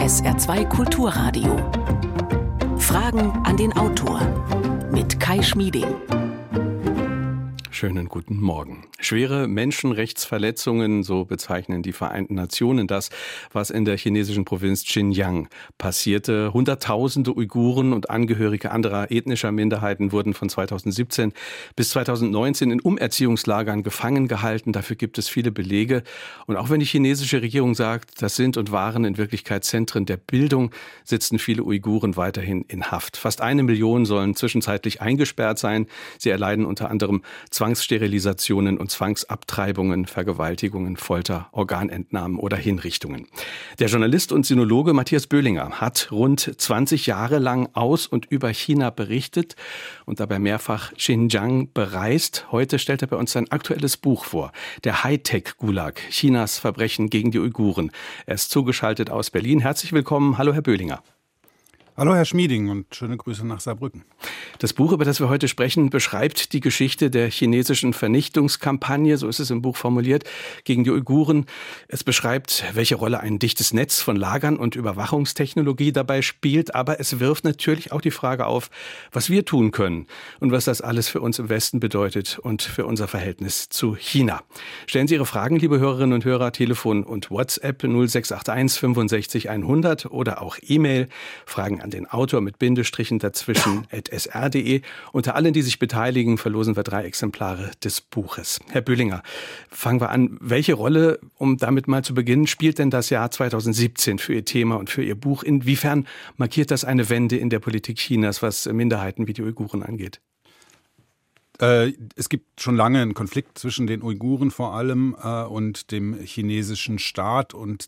SR2 Kulturradio. Fragen an den Autor mit Kai Schmieding. Schönen guten Morgen. Schwere Menschenrechtsverletzungen, so bezeichnen die Vereinten Nationen das, was in der chinesischen Provinz Xinjiang passierte. Hunderttausende Uiguren und Angehörige anderer ethnischer Minderheiten wurden von 2017 bis 2019 in Umerziehungslagern gefangen gehalten. Dafür gibt es viele Belege. Und auch wenn die chinesische Regierung sagt, das sind und waren in Wirklichkeit Zentren der Bildung, sitzen viele Uiguren weiterhin in Haft. Fast 1 Million sollen zwischenzeitlich eingesperrt sein. Sie erleiden unter anderem Zwangssterilisationen und Zwangsabtreibungen, Vergewaltigungen, Folter, Organentnahmen oder Hinrichtungen. Der Journalist und Sinologe Matthias Böhlinger hat rund 20 Jahre lang aus und über China berichtet und dabei mehrfach Xinjiang bereist. Heute stellt er bei uns sein aktuelles Buch vor, der Hightech-Gulag, Chinas Verbrechen gegen die Uiguren. Er ist zugeschaltet aus Berlin. Herzlich willkommen. Hallo, Herr Böhlinger. Hallo Herr Schmieding und schöne Grüße nach Saarbrücken. Das Buch, über das wir heute sprechen, beschreibt die Geschichte der chinesischen Vernichtungskampagne, so ist es im Buch formuliert, gegen die Uiguren. Es beschreibt, welche Rolle ein dichtes Netz von Lagern und Überwachungstechnologie dabei spielt, aber es wirft natürlich auch die Frage auf, was wir tun können und was das alles für uns im Westen bedeutet und für unser Verhältnis zu China. Stellen Sie Ihre Fragen, liebe Hörerinnen und Hörer, Telefon und WhatsApp 0681 65 100 oder auch E-Mail, Fragen an den Autor mit Bindestrichen dazwischen @sr.de. Unter allen, die sich beteiligen, verlosen wir 3 Exemplare des Buches. Herr Böhlinger, fangen wir an. Welche Rolle, um damit mal zu beginnen, spielt denn das Jahr 2017 für Ihr Thema und für Ihr Buch? Inwiefern markiert das eine Wende in der Politik Chinas, was Minderheiten wie die Uiguren angeht? Es gibt schon lange einen Konflikt zwischen den Uiguren vor allem und dem chinesischen Staat. Und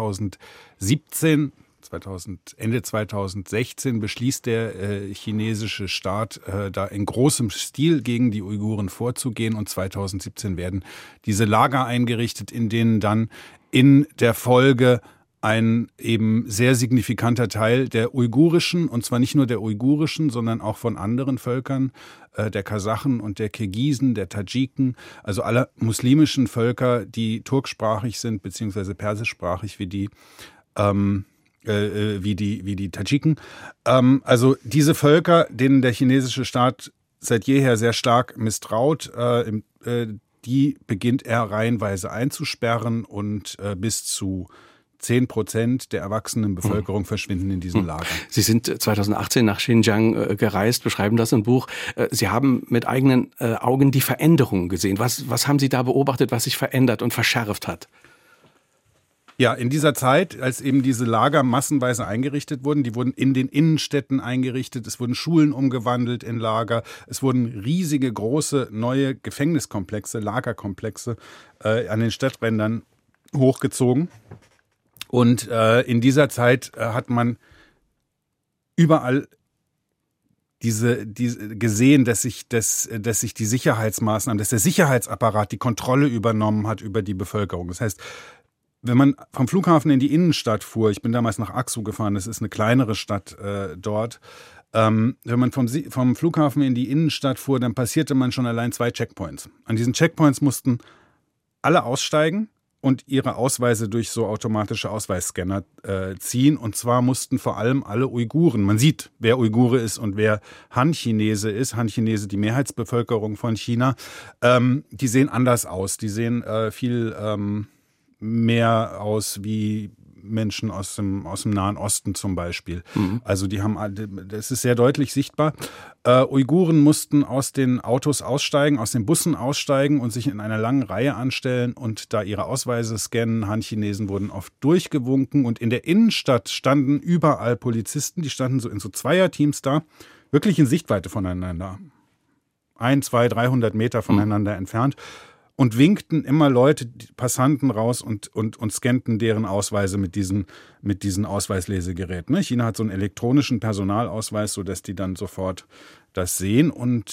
Ende 2016 beschließt der chinesische Staat, da in großem Stil gegen die Uiguren vorzugehen. Und 2017 werden diese Lager eingerichtet, in denen dann in der Folge ein eben sehr signifikanter Teil der uigurischen, und zwar nicht nur der uigurischen, sondern auch von anderen Völkern, der Kasachen und der Kirgisen, der Tadschiken, also aller muslimischen Völker, die turksprachig sind, beziehungsweise persischsprachig wie die Tadschiken. Also diese Völker, denen der chinesische Staat seit jeher sehr stark misstraut, die beginnt er reihenweise einzusperren und bis zu 10% der erwachsenen Bevölkerung verschwinden in diesen Lagern. Sie sind 2018 nach Xinjiang gereist, beschreiben das im Buch. Sie haben mit eigenen Augen die Veränderungen gesehen. Was haben Sie da beobachtet, was sich verändert und verschärft hat? Ja, in dieser Zeit, als eben diese Lager massenweise eingerichtet wurden, die wurden in den Innenstädten eingerichtet, es wurden Schulen umgewandelt in Lager, es wurden riesige, große, neue Gefängniskomplexe, Lagerkomplexe an den Stadträndern hochgezogen. Und in dieser Zeit hat man überall diese gesehen, dass sich die Sicherheitsmaßnahmen, dass der Sicherheitsapparat die Kontrolle übernommen hat über die Bevölkerung. Das heißt, wenn man vom Flughafen in die Innenstadt fuhr, ich bin damals nach Aksu gefahren, das ist eine kleinere Stadt dort, wenn man vom Flughafen in die Innenstadt fuhr, dann passierte man schon allein 2 Checkpoints. An diesen Checkpoints mussten alle aussteigen und ihre Ausweise durch so automatische Ausweisscanner ziehen. Und zwar mussten vor allem alle Uiguren, man sieht, wer Uigure ist und wer Han-Chinese ist, Han-Chinese, die Mehrheitsbevölkerung von China, die sehen anders aus. Die sehen viel mehr aus wie Menschen aus dem Nahen Osten zum Beispiel. Also das ist sehr deutlich sichtbar. Uiguren mussten aus den Autos aussteigen, aus den Bussen aussteigen und sich in einer langen Reihe anstellen und da ihre Ausweise scannen. Han-Chinesen wurden oft durchgewunken und in der Innenstadt standen überall Polizisten, die standen so in so Zweierteams da, wirklich in Sichtweite voneinander. 1, 2, 300 Meter voneinander entfernt. Und winkten immer Leute, Passanten raus und scannten deren Ausweise mit diesen Ausweislesegeräten. China hat so einen elektronischen Personalausweis, sodass die dann sofort das sehen. Und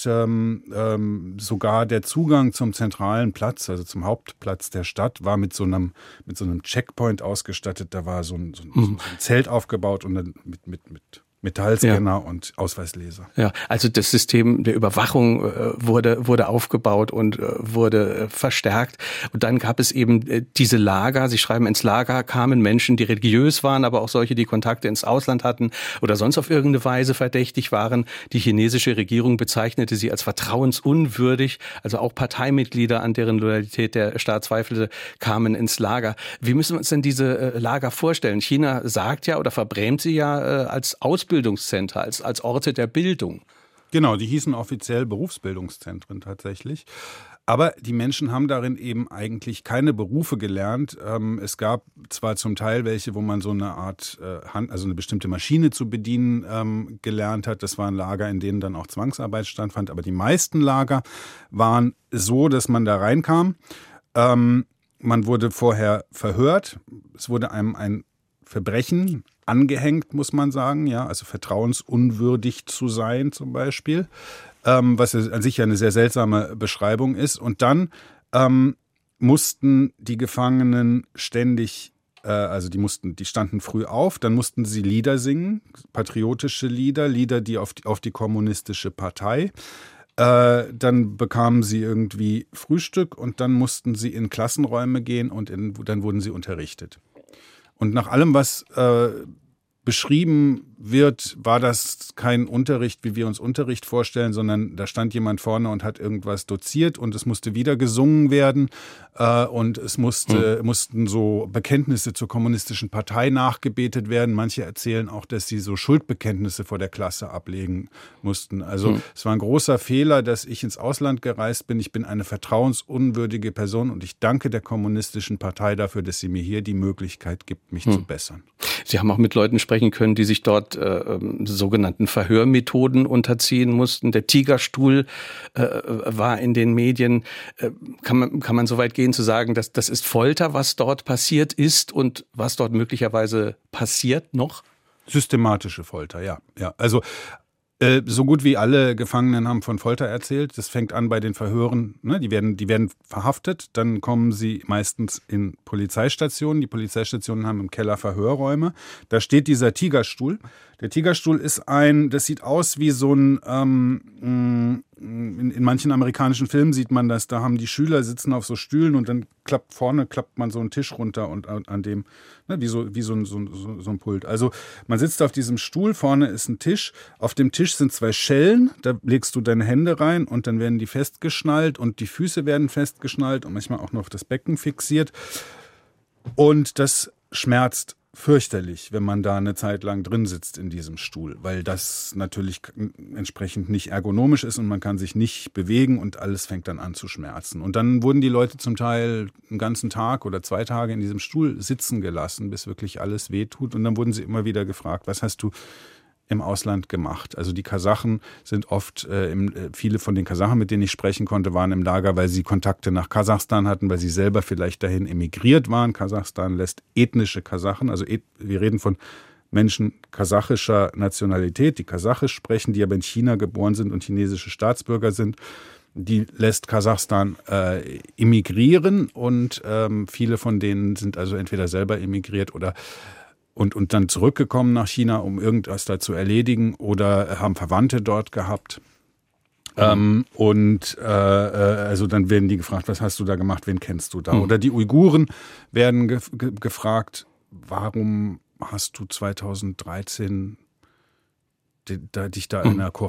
sogar der Zugang zum zentralen Platz, also zum Hauptplatz der Stadt, war mit so einem Checkpoint ausgestattet. Da war so ein Zelt aufgebaut und dann mit Metallscanner und Ausweisleser. Ja, also das System der Überwachung wurde aufgebaut und wurde verstärkt. Und dann gab es eben diese Lager. Sie schreiben, ins Lager kamen Menschen, die religiös waren, aber auch solche, die Kontakte ins Ausland hatten oder sonst auf irgendeine Weise verdächtig waren. Die chinesische Regierung bezeichnete sie als vertrauensunwürdig. Also auch Parteimitglieder, an deren Loyalität der Staat zweifelte, kamen ins Lager. Wie müssen wir uns denn diese Lager vorstellen? China sagt ja oder verbrämt sie ja als Ausbildungszentren, als Orte der Bildung. Genau, die hießen offiziell Berufsbildungszentren tatsächlich. Aber die Menschen haben darin eben eigentlich keine Berufe gelernt. Es gab zwar zum Teil welche, wo man so eine Art, also eine bestimmte Maschine zu bedienen gelernt hat. Das waren Lager, in denen dann auch Zwangsarbeit stattfand. Aber die meisten Lager waren so, dass man da reinkam. Man wurde vorher verhört. Es wurde einem ein Verbrechen angehängt, muss man sagen, ja, also vertrauensunwürdig zu sein zum Beispiel, was an sich ja eine sehr seltsame Beschreibung ist. Und dann mussten die Gefangenen ständig, die standen früh auf, dann mussten sie Lieder singen, patriotische Lieder, die auf die kommunistische Partei. Dann bekamen sie irgendwie Frühstück und dann mussten sie in Klassenräume gehen und dann wurden sie unterrichtet. Und nach allem, was beschrieben wird, war das kein Unterricht, wie wir uns Unterricht vorstellen, sondern da stand jemand vorne und hat irgendwas doziert und es musste wieder gesungen werden und es mussten so Bekenntnisse zur kommunistischen Partei nachgebetet werden. Manche erzählen auch, dass sie so Schuldbekenntnisse vor der Klasse ablegen mussten. Also es war ein großer Fehler, dass ich ins Ausland gereist bin. Ich bin eine vertrauensunwürdige Person und ich danke der kommunistischen Partei dafür, dass sie mir hier die Möglichkeit gibt, mich zu bessern. Sie haben auch mit Leuten sprechen können, die sich dort sogenannten Verhörmethoden unterziehen mussten. Der Tigerstuhl war in den Medien. Kann man so weit gehen zu sagen, dass das ist Folter, was dort passiert ist und was dort möglicherweise passiert noch? Systematische Folter, ja. Also so gut wie alle Gefangenen haben von Folter erzählt. Das fängt an bei den Verhören. Ne? Die werden verhaftet, dann kommen sie meistens in Polizeistationen. Die Polizeistationen haben im Keller Verhörräume. Da steht dieser Tigerstuhl. Der Tigerstuhl ist das sieht aus wie so ein, in manchen amerikanischen Filmen sieht man das, da haben die Schüler sitzen auf so Stühlen und dann klappt man so einen Tisch runter und an dem, ne, wie so ein Pult. Also man sitzt auf diesem Stuhl, vorne ist ein Tisch, auf dem Tisch sind 2 Schellen, da legst du deine Hände rein und dann werden die festgeschnallt und die Füße werden festgeschnallt und manchmal auch noch das Becken fixiert und das schmerzt fürchterlich, wenn man da eine Zeit lang drin sitzt in diesem Stuhl, weil das natürlich entsprechend nicht ergonomisch ist und man kann sich nicht bewegen und alles fängt dann an zu schmerzen. Und dann wurden die Leute zum Teil einen ganzen Tag oder 2 Tage in diesem Stuhl sitzen gelassen, bis wirklich alles wehtut. Und dann wurden sie immer wieder gefragt, was hast du im Ausland gemacht? Also die Kasachen sind oft, viele von den Kasachen, mit denen ich sprechen konnte, waren im Lager, weil sie Kontakte nach Kasachstan hatten, weil sie selber vielleicht dahin emigriert waren. Kasachstan lässt ethnische Kasachen, also wir reden von Menschen kasachischer Nationalität, die Kasachisch sprechen, die aber in China geboren sind und chinesische Staatsbürger sind. Die lässt Kasachstan emigrieren und viele von denen sind also entweder selber emigriert oder und dann zurückgekommen nach China, um irgendwas da zu erledigen oder haben Verwandte dort gehabt. Also dann werden die gefragt, was hast du da gemacht, wen kennst du da? Oder die Uiguren werden gefragt, warum hast du 2013 dich da in einer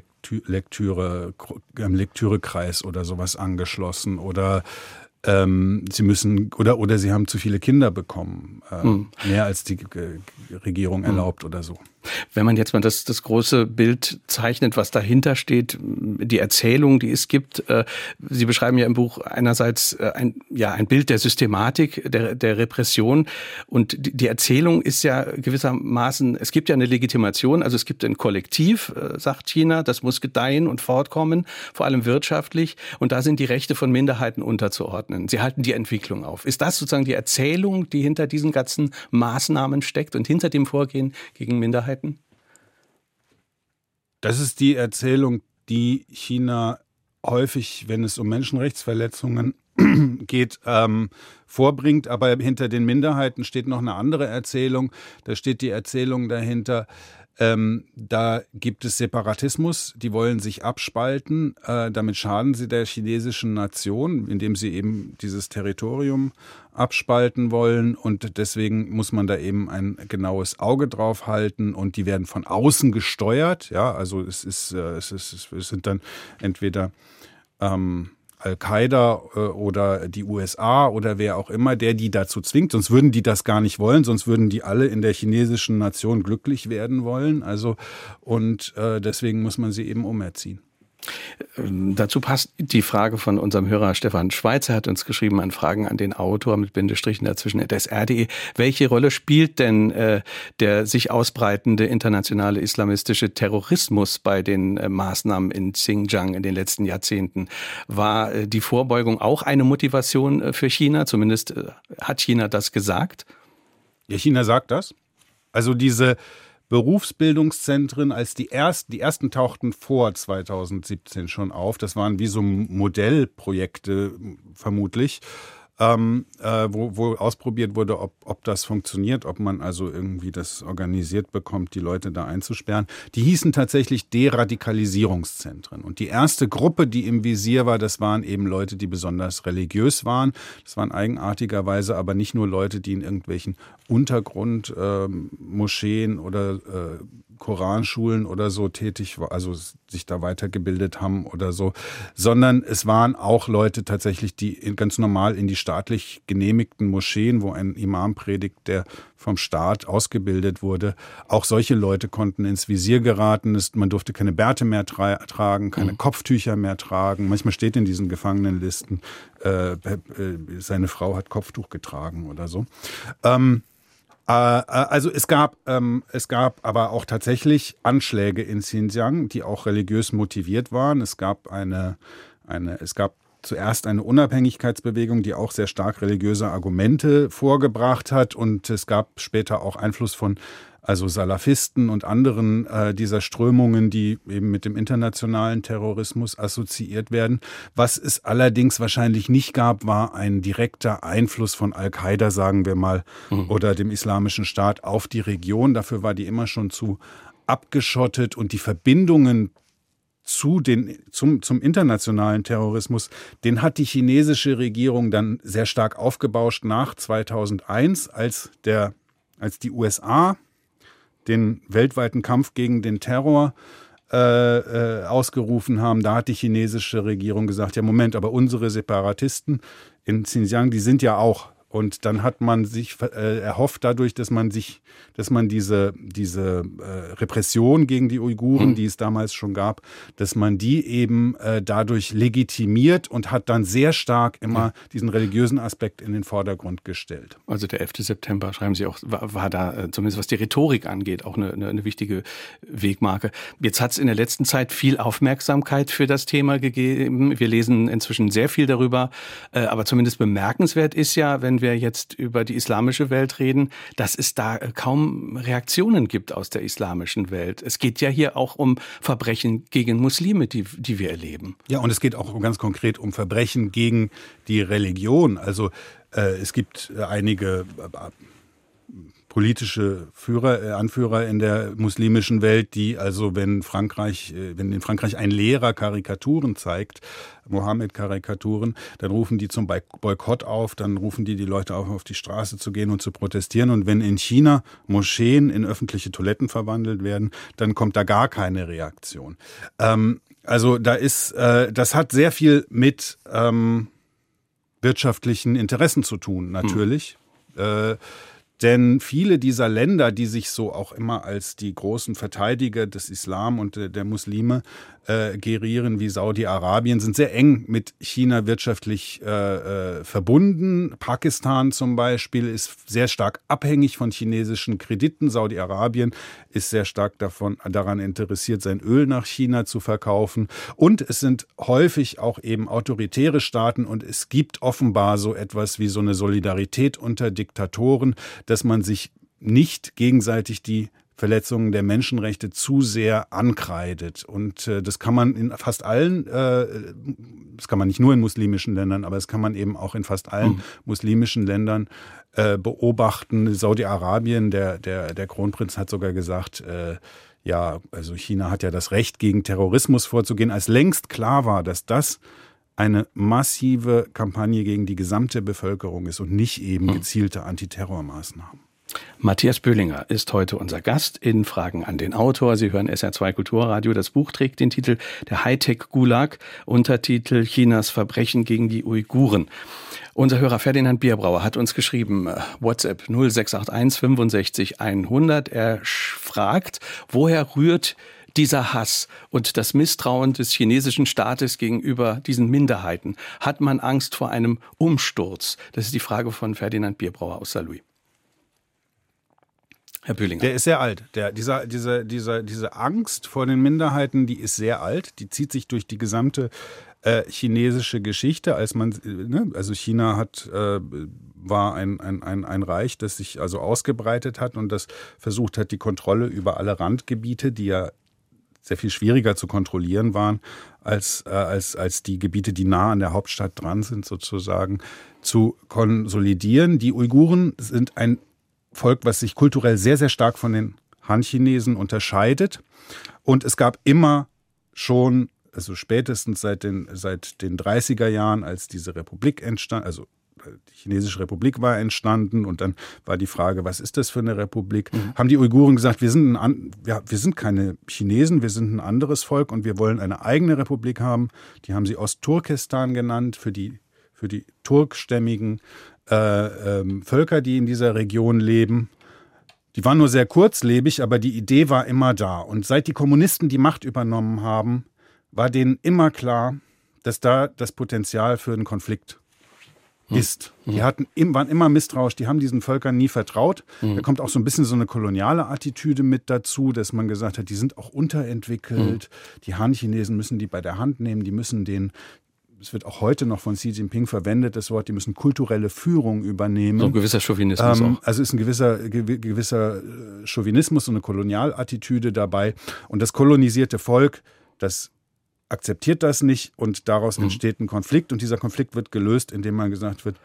Koranlektürekreis oder sowas angeschlossen oder sie müssen oder sie haben zu viele Kinder bekommen, mehr als die Regierung erlaubt oder so. Wenn man jetzt mal das große Bild zeichnet, was dahinter steht, die Erzählung, die es gibt. Sie beschreiben ja im Buch einerseits ein Bild der Systematik, der Repression. Und die Erzählung ist ja gewissermaßen, es gibt ja eine Legitimation, also es gibt ein Kollektiv, sagt China, das muss gedeihen und fortkommen, vor allem wirtschaftlich. Und da sind die Rechte von Minderheiten unterzuordnen. Sie halten die Entwicklung auf. Ist das sozusagen die Erzählung, die hinter diesen ganzen Maßnahmen steckt und hinter dem Vorgehen gegen Minderheiten? Das ist die Erzählung, die China häufig, wenn es um Menschenrechtsverletzungen geht, vorbringt. Aber hinter den Minderheiten steht noch eine andere Erzählung. Da steht die Erzählung dahinter, Da gibt es Separatismus, die wollen sich abspalten. Damit schaden sie der chinesischen Nation, indem sie eben dieses Territorium abspalten wollen. Und deswegen muss man da eben ein genaues Auge drauf halten. Und die werden von außen gesteuert. Ja, also es sind dann entweder Al-Qaida oder die USA oder wer auch immer, der die dazu zwingt. Sonst würden die das gar nicht wollen, sonst würden die alle in der chinesischen Nation glücklich werden wollen. Und deswegen muss man sie eben umerziehen. Dazu passt die Frage von unserem Hörer Stefan Schweizer, hat uns geschrieben an Fragen an den Autor mit Bindestrichen dazwischen @sr.de. Welche Rolle spielt denn der sich ausbreitende internationale islamistische Terrorismus bei den Maßnahmen in Xinjiang in den letzten Jahrzehnten? War die Vorbeugung auch eine Motivation für China? Zumindest hat China das gesagt? Ja, China sagt das. Also diese Berufsbildungszentren, als die ersten tauchten vor 2017 schon auf. Das waren wie so Modellprojekte vermutlich, wo ausprobiert wurde, ob das funktioniert, ob man also irgendwie das organisiert bekommt, die Leute da einzusperren. Die hießen tatsächlich Deradikalisierungszentren. Und die erste Gruppe, die im Visier war, das waren eben Leute, die besonders religiös waren. Das waren eigenartigerweise aber nicht nur Leute, die in irgendwelchen Untergrundmoscheen oder Koranschulen oder so tätig war, also sich da weitergebildet haben oder so, sondern es waren auch Leute tatsächlich, die ganz normal in die staatlich genehmigten Moscheen, wo ein Imam predigt, der vom Staat ausgebildet wurde. Auch solche Leute konnten ins Visier geraten. Man durfte keine Bärte mehr tragen, keine Kopftücher mehr tragen. Manchmal steht in diesen Gefangenenlisten, seine Frau hat Kopftuch getragen oder so. Also es gab aber auch tatsächlich Anschläge in Xinjiang, die auch religiös motiviert waren. Es gab zuerst eine Unabhängigkeitsbewegung, die auch sehr stark religiöse Argumente vorgebracht hat, und es gab später auch Einfluss von Salafisten und anderen dieser Strömungen, die eben mit dem internationalen Terrorismus assoziiert werden. Was es allerdings wahrscheinlich nicht gab, war ein direkter Einfluss von Al-Qaida, sagen wir mal, oder dem Islamischen Staat auf die Region. Dafür war die immer schon zu abgeschottet, und die Verbindungen zum internationalen Terrorismus, den hat die chinesische Regierung dann sehr stark aufgebauscht nach 2001, als die USA den weltweiten Kampf gegen den Terror ausgerufen haben. Da hat die chinesische Regierung gesagt, ja Moment, aber unsere Separatisten in Xinjiang, die sind ja auch. Und dann hat man sich erhofft dadurch, dass man diese Repression gegen die Uiguren, die es damals schon gab, dass man die eben dadurch legitimiert, und hat dann sehr stark immer diesen religiösen Aspekt in den Vordergrund gestellt. Also der 11. September, schreiben Sie auch, war da zumindest was die Rhetorik angeht, auch eine wichtige Wegmarke. Jetzt hat es in der letzten Zeit viel Aufmerksamkeit für das Thema gegeben. Wir lesen inzwischen sehr viel darüber, aber zumindest bemerkenswert ist ja, wenn wir jetzt über die islamische Welt reden, dass es da kaum Reaktionen gibt aus der islamischen Welt. Es geht ja hier auch um Verbrechen gegen Muslime, die wir erleben. Ja, und es geht auch ganz konkret um Verbrechen gegen die Religion. Also es gibt einige politische Anführer in der muslimischen Welt, die also, wenn in Frankreich ein Lehrer Karikaturen zeigt, Mohammed-Karikaturen, dann rufen die zum Boykott auf, dann rufen die Leute auf die Straße zu gehen und zu protestieren. Und wenn in China Moscheen in öffentliche Toiletten verwandelt werden, dann kommt da gar keine Reaktion. Das hat sehr viel mit wirtschaftlichen Interessen zu tun, natürlich. Denn viele dieser Länder, die sich so auch immer als die großen Verteidiger des Islam und der Muslime gerieren, wie Saudi-Arabien, sind sehr eng mit China wirtschaftlich verbunden. Pakistan zum Beispiel ist sehr stark abhängig von chinesischen Krediten. Saudi-Arabien ist sehr stark daran interessiert, sein Öl nach China zu verkaufen. Und es sind häufig auch eben autoritäre Staaten, und es gibt offenbar so etwas wie so eine Solidarität unter Diktatoren, dass man sich nicht gegenseitig die Verletzungen der Menschenrechte zu sehr ankreidet. Und das kann man in fast allen, das kann man nicht nur in muslimischen Ländern, aber das kann man eben auch in fast allen muslimischen Ländern beobachten. Saudi-Arabien, der Kronprinz hat sogar gesagt, also China hat ja das Recht, gegen Terrorismus vorzugehen, als längst klar war, dass das eine massive Kampagne gegen die gesamte Bevölkerung ist und nicht eben gezielte Antiterrormaßnahmen. Matthias Böhlinger ist heute unser Gast in Fragen an den Autor. Sie hören SR2 Kulturradio. Das Buch trägt den Titel Der Hightech-Gulag, Untertitel Chinas Verbrechen gegen die Uiguren. Unser Hörer Ferdinand Bierbrauer hat uns geschrieben, WhatsApp 0681 65 100. Er fragt, woher rührt dieser Hass und das Misstrauen des chinesischen Staates gegenüber diesen Minderheiten? Hat man Angst vor einem Umsturz? Das ist die Frage von Ferdinand Bierbrauer aus Saarlouis. Herr Böhlinger. Der ist sehr alt. Diese Angst vor den Minderheiten, die ist sehr alt. Die zieht sich durch die gesamte chinesische Geschichte. Also China war ein Reich, das sich also ausgebreitet hat und das versucht hat, die Kontrolle über alle Randgebiete, die ja sehr viel schwieriger zu kontrollieren waren, als die Gebiete, die nah an der Hauptstadt dran sind, sozusagen, zu konsolidieren. Die Uiguren sind ein Volk, was sich kulturell sehr, sehr stark von den Han-Chinesen unterscheidet. Und es gab immer schon, also spätestens seit den 30er Jahren, als diese Republik entstand, also die Chinesische Republik war entstanden und dann war die Frage, was ist das für eine Republik? Haben die Uiguren gesagt, wir sind keine Chinesen, wir sind ein anderes Volk und wir wollen eine eigene Republik haben. Die haben sie Ostturkestan genannt für die turkstämmigen Völker, die in dieser Region leben. Die waren nur sehr kurzlebig, aber die Idee war immer da. Und seit die Kommunisten die Macht übernommen haben, war denen immer klar, dass da das Potenzial für einen Konflikt ist. Die waren immer misstrauisch, die haben diesen Völkern nie vertraut. Da kommt auch so ein bisschen so eine koloniale Attitüde mit dazu, dass man gesagt hat, die sind auch unterentwickelt. Die Han-Chinesen müssen die bei der Hand nehmen, die müssen es wird auch heute noch von Xi Jinping verwendet, das Wort, die müssen kulturelle Führung übernehmen. So ein gewisser Chauvinismus auch. Also ist ein gewisser Chauvinismus, so eine Kolonialattitüde dabei. Und das kolonisierte Volk, das akzeptiert das nicht und daraus entsteht ein Konflikt. Und dieser Konflikt wird gelöst, indem man gesagt wird,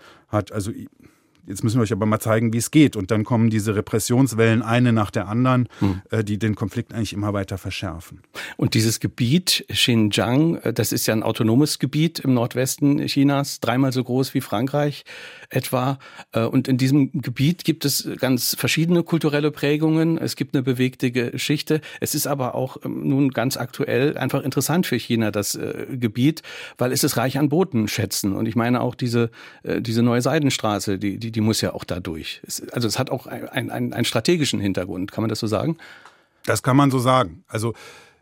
jetzt müssen wir euch aber mal zeigen, wie es geht. Und dann kommen diese Repressionswellen eine nach der anderen, die den Konflikt eigentlich immer weiter verschärfen. Und dieses Gebiet Xinjiang, das ist ja ein autonomes Gebiet im Nordwesten Chinas, 3-mal so groß wie Frankreich etwa. Und in diesem Gebiet gibt es ganz verschiedene kulturelle Prägungen. Es gibt eine bewegte Geschichte. Es ist aber auch nun ganz aktuell einfach interessant für China, das Gebiet, weil es ist reich an Bodenschätzen. Und ich meine auch diese neue Seidenstraße, die muss ja auch da durch. Also es hat auch einen strategischen Hintergrund. Kann man das so sagen? Das kann man so sagen. Also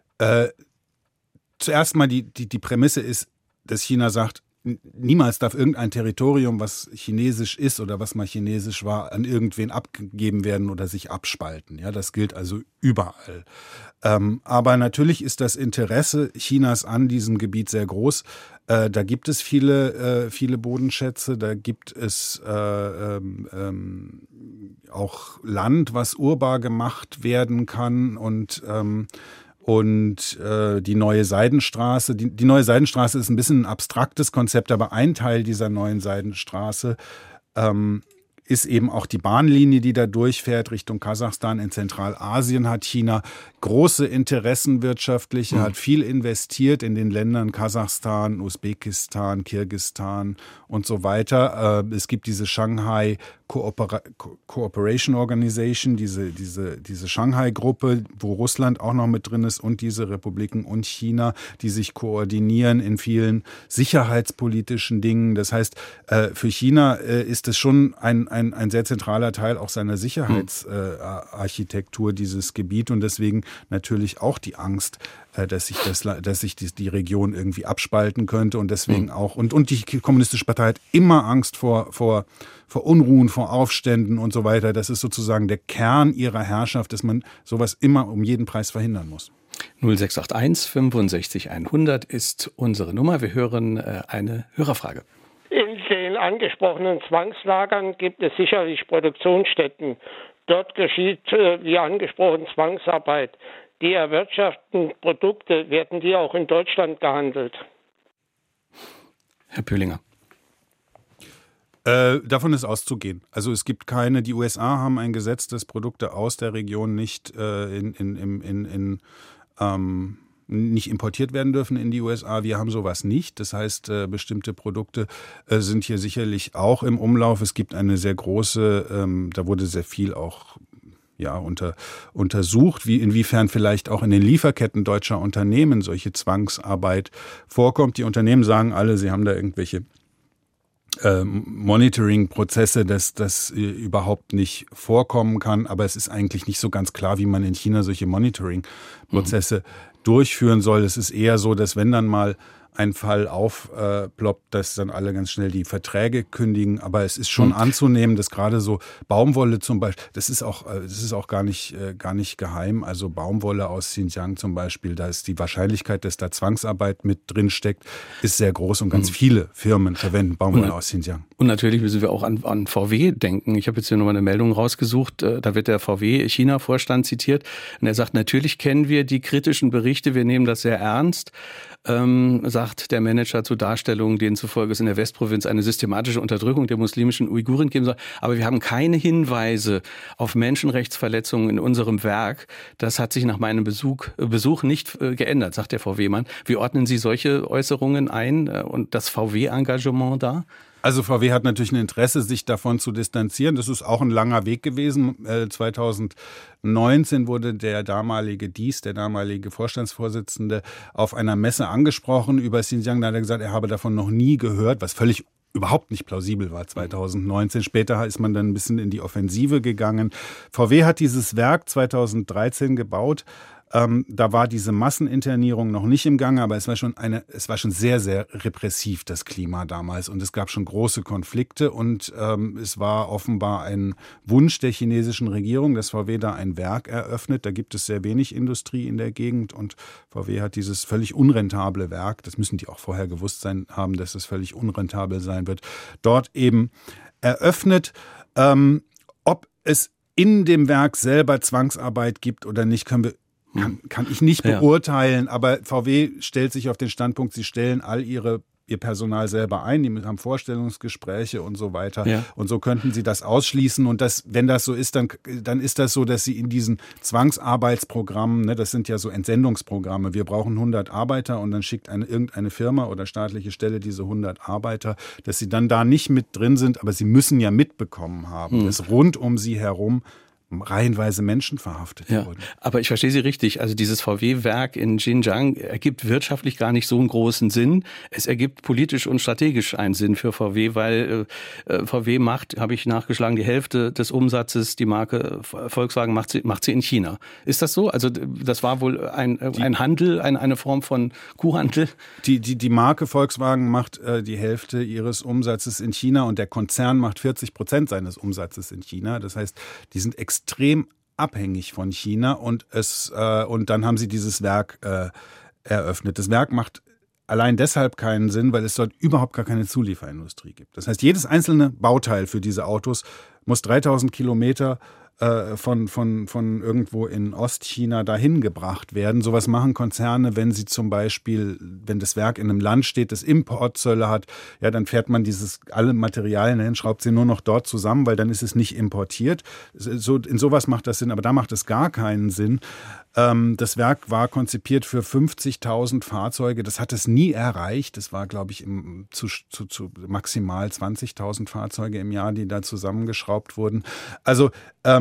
zuerst mal die Prämisse ist, dass China sagt, niemals darf irgendein Territorium, was chinesisch ist oder was mal chinesisch war, an irgendwen abgegeben werden oder sich abspalten. Ja, das gilt also überall. Aber natürlich ist das Interesse Chinas an diesem Gebiet sehr groß. Da gibt es viele Bodenschätze, da gibt es auch Land, was urbar gemacht werden kann und die neue Seidenstraße. Die neue Seidenstraße ist ein bisschen ein abstraktes Konzept, aber ein Teil dieser neuen Seidenstraße ist eben auch die Bahnlinie, die da durchfährt Richtung Kasachstan. In Zentralasien hat China große Interessen wirtschaftliche, hat viel investiert in den Ländern Kasachstan, Usbekistan, Kirgisistan und so weiter. Es gibt diese Shanghai Cooperation Organization, diese Shanghai-Gruppe, wo Russland auch noch mit drin ist und diese Republiken und China, die sich koordinieren in vielen sicherheitspolitischen Dingen. Das heißt, für China ist es schon ein sehr zentraler Teil auch seiner Sicherheitsarchitektur, dieses Gebiet, und deswegen natürlich auch die Angst, dass sich die Region irgendwie abspalten könnte, und deswegen auch und die Kommunistische Partei hat immer Angst vor Unruhen, vor Aufständen und so weiter. Das ist sozusagen der Kern ihrer Herrschaft, dass man sowas immer um jeden Preis verhindern muss. 0681 65 100 ist unsere Nummer. Wir hören eine Hörerfrage. In den angesprochenen Zwangslagern gibt es sicherlich Produktionsstätten. Dort geschieht, wie angesprochen, Zwangsarbeit. Die erwirtschafteten Produkte, werden die auch in Deutschland gehandelt? Herr Pöhlinger. Davon ist auszugehen. Also es gibt keine, die USA haben ein Gesetz, dass Produkte aus der Region nicht nicht importiert werden dürfen in die USA. Wir haben sowas nicht. Das heißt, bestimmte Produkte sind hier sicherlich auch im Umlauf. Es gibt eine sehr große, da wurde sehr viel auch untersucht, inwiefern vielleicht auch in den Lieferketten deutscher Unternehmen solche Zwangsarbeit vorkommt. Die Unternehmen sagen alle, sie haben da irgendwelche Monitoring-Prozesse, dass das überhaupt nicht vorkommen kann. Aber es ist eigentlich nicht so ganz klar, wie man in China solche Monitoring-Prozesse durchführen soll. Es ist eher so, dass wenn dann mal ein Fall aufploppt, dass dann alle ganz schnell die Verträge kündigen. Aber es ist schon anzunehmen, dass gerade so Baumwolle zum Beispiel, das ist auch gar nicht geheim. Also Baumwolle aus Xinjiang zum Beispiel, da ist die Wahrscheinlichkeit, dass da Zwangsarbeit mit drin steckt, ist sehr groß und ganz viele Firmen verwenden Baumwolle aus Xinjiang. Und natürlich müssen wir auch an VW denken. Ich habe jetzt hier nochmal eine Meldung rausgesucht, da wird der VW-China-Vorstand zitiert und er sagt, natürlich kennen wir die kritischen Berichte, wir nehmen das sehr ernst. Sagt der Manager zu Darstellungen, denen zufolge es in der Westprovinz eine systematische Unterdrückung der muslimischen Uiguren geben soll. Aber wir haben keine Hinweise auf Menschenrechtsverletzungen in unserem Werk. Das hat sich nach meinem Besuch nicht geändert, sagt der VW-Mann. Wie ordnen Sie solche Äußerungen ein und das VW-Engagement da? Also VW hat natürlich ein Interesse, sich davon zu distanzieren. Das ist auch ein langer Weg gewesen. 2019 wurde der damalige Vorstandsvorsitzende, auf einer Messe angesprochen über Xinjiang. Da hat er gesagt, er habe davon noch nie gehört, was völlig überhaupt nicht plausibel war 2019. Später ist man dann ein bisschen in die Offensive gegangen. VW hat dieses Werk 2013 gebaut. Da war diese Masseninternierung noch nicht im Gange, aber es war schon sehr, sehr repressiv, das Klima damals. Und es gab schon große Konflikte und es war offenbar ein Wunsch der chinesischen Regierung, dass VW da ein Werk eröffnet. Da gibt es sehr wenig Industrie in der Gegend und VW hat dieses völlig unrentable Werk, das müssen die auch vorher gewusst haben, dass es völlig unrentabel sein wird, dort eben eröffnet. Ob es in dem Werk selber Zwangsarbeit gibt oder nicht, kann ich nicht beurteilen, aber VW stellt sich auf den Standpunkt, sie stellen all ihr Personal selber ein, die haben Vorstellungsgespräche und so weiter. Ja. Und so könnten sie das ausschließen. Und wenn das so ist, dann ist das so, dass sie in diesen Zwangsarbeitsprogrammen, das sind ja so Entsendungsprogramme, wir brauchen 100 Arbeiter und dann schickt irgendeine Firma oder staatliche Stelle diese 100 Arbeiter, dass sie dann da nicht mit drin sind, aber sie müssen ja mitbekommen haben, dass rund um sie herum reihenweise Menschen verhaftet wurden. Aber ich verstehe Sie richtig. Also dieses VW-Werk in Xinjiang ergibt wirtschaftlich gar nicht so einen großen Sinn. Es ergibt politisch und strategisch einen Sinn für VW, weil VW macht, habe ich nachgeschlagen, die Hälfte des Umsatzes, die Marke Volkswagen macht sie in China. Ist das so? Also das war wohl ein Handel, eine Form von Kuhhandel? Die Marke Volkswagen macht die Hälfte ihres Umsatzes in China und der Konzern macht 40% seines Umsatzes in China. Das heißt, die sind extrem abhängig von China und dann haben sie dieses Werk eröffnet. Das Werk macht allein deshalb keinen Sinn, weil es dort überhaupt gar keine Zulieferindustrie gibt. Das heißt, jedes einzelne Bauteil für diese Autos muss 3000 Kilometer von irgendwo in Ostchina dahin gebracht werden. Sowas machen Konzerne, wenn sie zum Beispiel, wenn das Werk in einem Land steht, das Importzölle hat, ja, dann fährt man alle Materialien hin, schraubt sie nur noch dort zusammen, weil dann ist es nicht importiert. In sowas macht das Sinn, aber da macht es gar keinen Sinn. Das Werk war konzipiert für 50.000 Fahrzeuge. Das hat es nie erreicht. Das war, glaube ich, zu maximal 20.000 Fahrzeuge im Jahr, die da zusammengeschraubt wurden. Also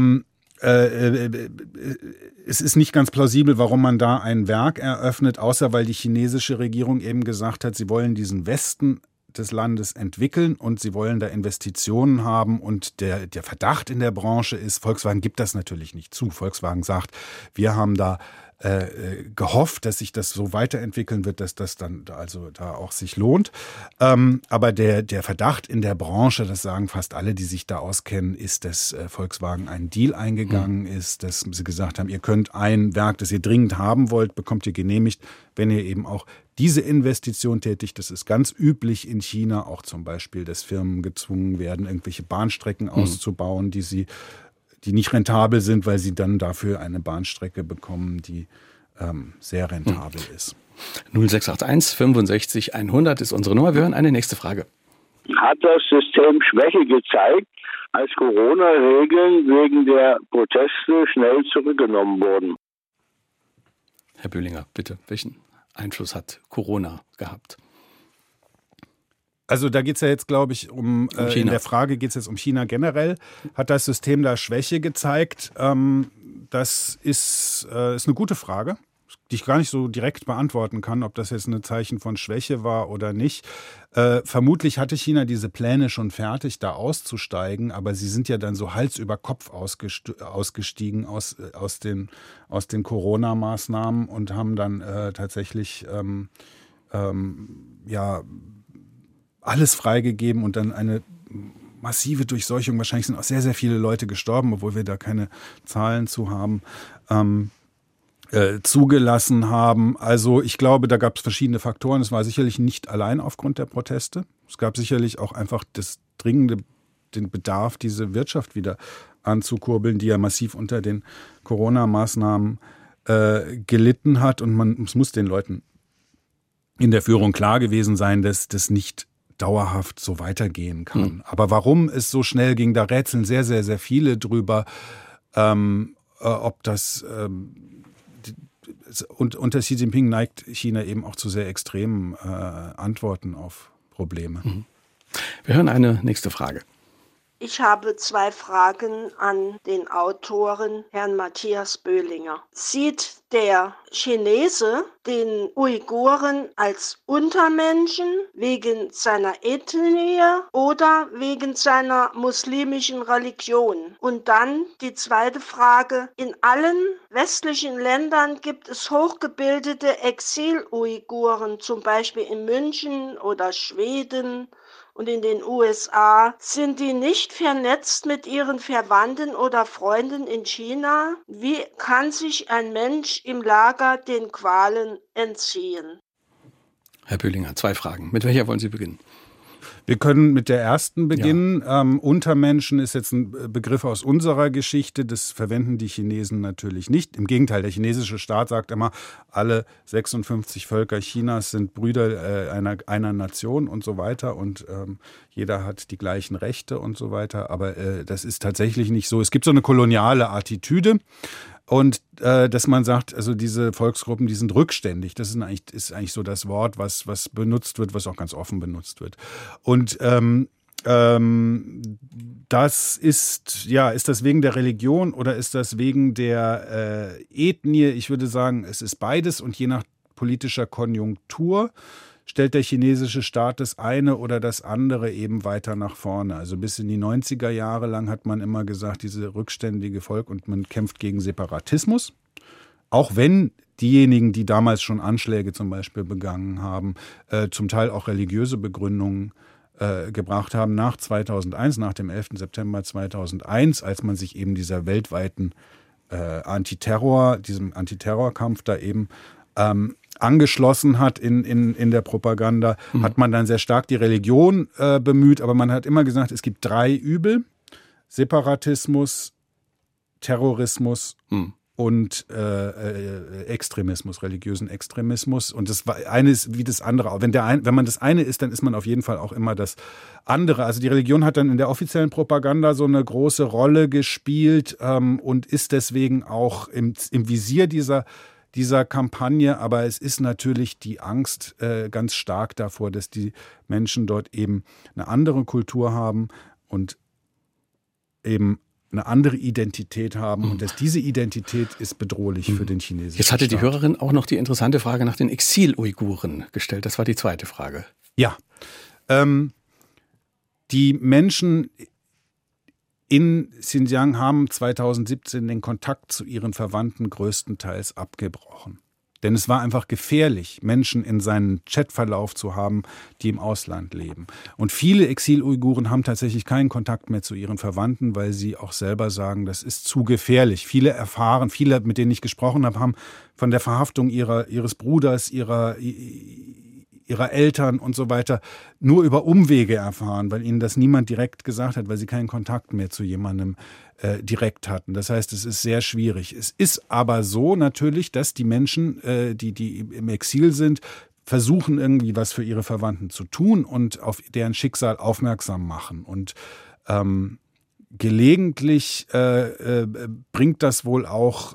es ist nicht ganz plausibel, warum man da ein Werk eröffnet, außer weil die chinesische Regierung eben gesagt hat, sie wollen diesen Westen des Landes entwickeln und sie wollen da Investitionen haben und der Verdacht in der Branche ist, Volkswagen gibt das natürlich nicht zu. Volkswagen sagt, wir haben da gehofft, dass sich das so weiterentwickeln wird, dass das dann also da auch sich lohnt. Aber der Verdacht in der Branche, das sagen fast alle, die sich da auskennen, ist, dass Volkswagen einen Deal eingegangen ist, dass sie gesagt haben, ihr könnt ein Werk, das ihr dringend haben wollt, bekommt ihr genehmigt, wenn ihr eben auch diese Investition tätigt. Das ist ganz üblich in China, auch zum Beispiel, dass Firmen gezwungen werden, irgendwelche Bahnstrecken auszubauen, die nicht rentabel sind, weil sie dann dafür eine Bahnstrecke bekommen, die sehr rentabel ist. 0681 65 100 ist unsere Nummer. Wir hören eine nächste Frage. hat das System Schwäche gezeigt, als Corona-Regeln wegen der Proteste schnell zurückgenommen wurden. Herr Böhlinger, bitte, welchen Einfluss hat Corona gehabt? Also da geht es ja jetzt, glaube ich, in der Frage geht es jetzt um China generell. Hat das System da Schwäche gezeigt? Das ist eine gute Frage, die ich gar nicht so direkt beantworten kann, ob das jetzt ein Zeichen von Schwäche war oder nicht. Vermutlich hatte China diese Pläne schon fertig, da auszusteigen, aber sie sind ja dann so Hals über Kopf ausgestiegen aus den Corona-Maßnahmen und haben dann tatsächlich alles freigegeben und dann eine massive Durchseuchung. Wahrscheinlich sind auch sehr, sehr viele Leute gestorben, obwohl wir da keine Zahlen zu haben, zugelassen haben. Also ich glaube, da gab es verschiedene Faktoren. Es war sicherlich nicht allein aufgrund der Proteste. Es gab sicherlich auch einfach den Bedarf, diese Wirtschaft wieder anzukurbeln, die ja massiv unter den Corona-Maßnahmen gelitten hat. Und es muss den Leuten in der Führung klar gewesen sein, dass das nicht dauerhaft so weitergehen kann. Aber warum es so schnell ging, da rätseln sehr, sehr, sehr viele drüber, ob das und unter Xi Jinping neigt China eben auch zu sehr extremen Antworten auf Probleme. Wir hören eine nächste Frage. Ich habe 2 Fragen an den Autoren, Herrn Matthias Böhlinger. Sieht der Chinese den Uiguren als Untermenschen wegen seiner Ethnie oder wegen seiner muslimischen Religion? Und dann die zweite Frage. In allen westlichen Ländern gibt es hochgebildete Exil-Uiguren, zum Beispiel in München oder Schweden. Und in den USA, sind die nicht vernetzt mit ihren Verwandten oder Freunden in China? Wie kann sich ein Mensch im Lager den Qualen entziehen? Herr Böhlinger, 2 Fragen. Mit welcher wollen Sie beginnen? Wir können mit der ersten beginnen. Ja. Untermenschen ist jetzt ein Begriff aus unserer Geschichte. Das verwenden die Chinesen natürlich nicht. Im Gegenteil, der chinesische Staat sagt immer, alle 56 Völker Chinas sind Brüder einer Nation und so weiter. Und jeder hat die gleichen Rechte und so weiter. Aber das ist tatsächlich nicht so. Es gibt so eine koloniale Attitüde. Und dass man sagt, also diese Volksgruppen, die sind rückständig. Das ist eigentlich so das Wort, was benutzt wird, was auch ganz offen benutzt wird. Und das ist das wegen der Religion oder ist das wegen der Ethnie? Ich würde sagen, es ist beides und je nach politischer Konjunktur stellt der chinesische Staat das eine oder das andere eben weiter nach vorne. Also bis in die 90er Jahre lang hat man immer gesagt, diese rückständige Volk und man kämpft gegen Separatismus. Auch wenn diejenigen, die damals schon Anschläge zum Beispiel begangen haben, zum Teil auch religiöse Begründungen gebracht haben nach 2001, nach dem 11. September 2001, als man sich eben dieser weltweiten diesem Antiterrorkampf da eben angeschlossen hat in der Propaganda, hat man dann sehr stark die Religion bemüht, aber man hat immer gesagt, es gibt 3 Übel: Separatismus, Terrorismus und Extremismus, religiösen Extremismus. Und das eine ist wie das andere. Wenn man das eine ist, dann ist man auf jeden Fall auch immer das andere. Also die Religion hat dann in der offiziellen Propaganda so eine große Rolle gespielt und ist deswegen auch im Visier dieser Kampagne, aber es ist natürlich die Angst ganz stark davor, dass die Menschen dort eben eine andere Kultur haben und eben eine andere Identität haben und dass diese Identität ist bedrohlich für den chinesischen Staat. Jetzt hatte die Hörerin auch noch die interessante Frage nach den Exil-Uiguren gestellt. Das war die zweite Frage. Ja, die Menschen in Xinjiang haben 2017 den Kontakt zu ihren Verwandten größtenteils abgebrochen. Denn es war einfach gefährlich, Menschen in seinem Chatverlauf zu haben, die im Ausland leben. Und viele Exil-Uiguren haben tatsächlich keinen Kontakt mehr zu ihren Verwandten, weil sie auch selber sagen, das ist zu gefährlich. Viele, mit denen ich gesprochen habe, haben von der Verhaftung ihres Bruders, ihrer Eltern und so weiter nur über Umwege erfahren, weil ihnen das niemand direkt gesagt hat, weil sie keinen Kontakt mehr zu jemandem direkt hatten. Das heißt, es ist sehr schwierig. Es ist aber so natürlich, dass die Menschen, die im Exil sind, versuchen irgendwie was für ihre Verwandten zu tun und auf deren Schicksal aufmerksam machen. Und gelegentlich bringt das wohl auch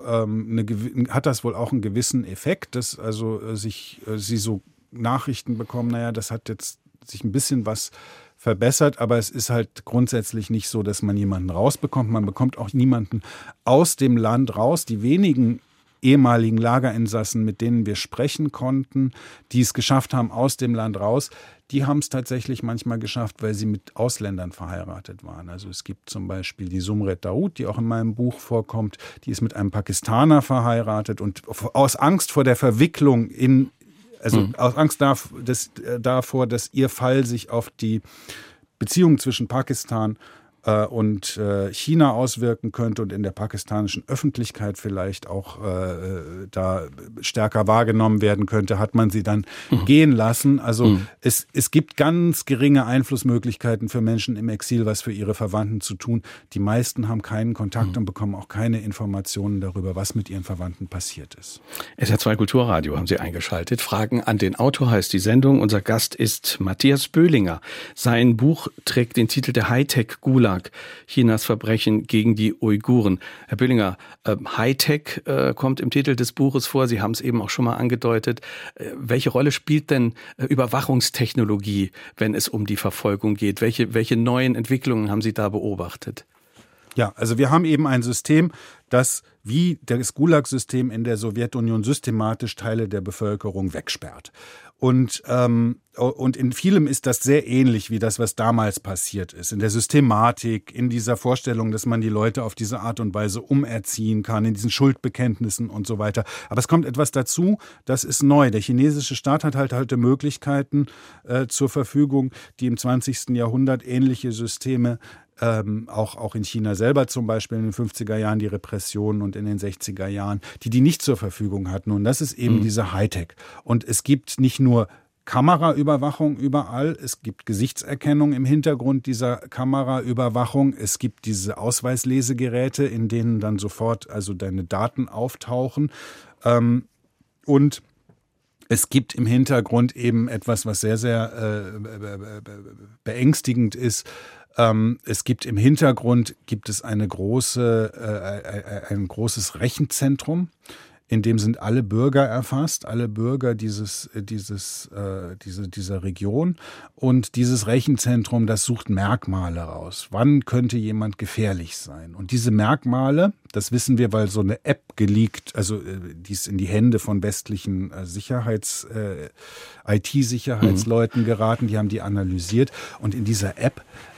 hat das wohl auch einen gewissen Effekt, dass also sie so Nachrichten bekommen, naja, das hat jetzt sich ein bisschen was verbessert, aber es ist halt grundsätzlich nicht so, dass man jemanden rausbekommt. Man bekommt auch niemanden aus dem Land raus. Die wenigen ehemaligen Lagerinsassen, mit denen wir sprechen konnten, die es geschafft haben aus dem Land raus, die haben es tatsächlich manchmal geschafft, weil sie mit Ausländern verheiratet waren. Also es gibt zum Beispiel die Sumret Daoud, die auch in meinem Buch vorkommt, die ist mit einem Pakistaner verheiratet und aus Angst vor der Verwicklung aus Angst davor, dass ihr Fall sich auf die Beziehung zwischen Pakistan und China auswirken könnte und in der pakistanischen Öffentlichkeit vielleicht auch da stärker wahrgenommen werden könnte, hat man sie dann gehen lassen. Also es gibt ganz geringe Einflussmöglichkeiten für Menschen im Exil, was für ihre Verwandten zu tun. Die meisten haben keinen Kontakt und bekommen auch keine Informationen darüber, was mit ihren Verwandten passiert ist. SR2 Kulturradio haben Sie eingeschaltet. Fragen an den Autor heißt die Sendung. Unser Gast ist Matthias Böhlinger. Sein Buch trägt den Titel Der Hightech-Gulag. Chinas Verbrechen gegen die Uiguren. Herr Böhlinger, Hightech kommt im Titel des Buches vor. Sie haben es eben auch schon mal angedeutet. Welche Rolle spielt denn Überwachungstechnologie, wenn es um die Verfolgung geht? Welche neuen Entwicklungen haben Sie da beobachtet? Ja, also wir haben eben ein System, das wie das Gulag-System in der Sowjetunion systematisch Teile der Bevölkerung wegsperrt. Und in vielem ist das sehr ähnlich wie das, was damals passiert ist. In der Systematik, in dieser Vorstellung, dass man die Leute auf diese Art und Weise umerziehen kann, in diesen Schuldbekenntnissen und so weiter. Aber es kommt etwas dazu, das ist neu. Der chinesische Staat hat halt heute Möglichkeiten zur Verfügung, die im 20. Jahrhundert ähnliche Systeme auch in China selber zum Beispiel in den 50er Jahren die Repressionen und in den 60er Jahren, die nicht zur Verfügung hatten. Und das ist eben diese Hightech. Und es gibt nicht nur Kameraüberwachung überall, es gibt Gesichtserkennung im Hintergrund dieser Kameraüberwachung, es gibt diese Ausweislesegeräte, in denen dann sofort also deine Daten auftauchen. Und es gibt im Hintergrund eben etwas, was sehr, sehr beängstigend ist. Es gibt im Hintergrund ein großes Rechenzentrum, in dem sind alle Bürger erfasst, alle Bürger dieser Region. Und dieses Rechenzentrum, das sucht Merkmale raus. Wann könnte jemand gefährlich sein? Und diese Merkmale, das wissen wir, weil so eine App geleakt, also die ist in die Hände von westlichen IT-Sicherheitsleuten geraten, die haben die analysiert. Und in dieser App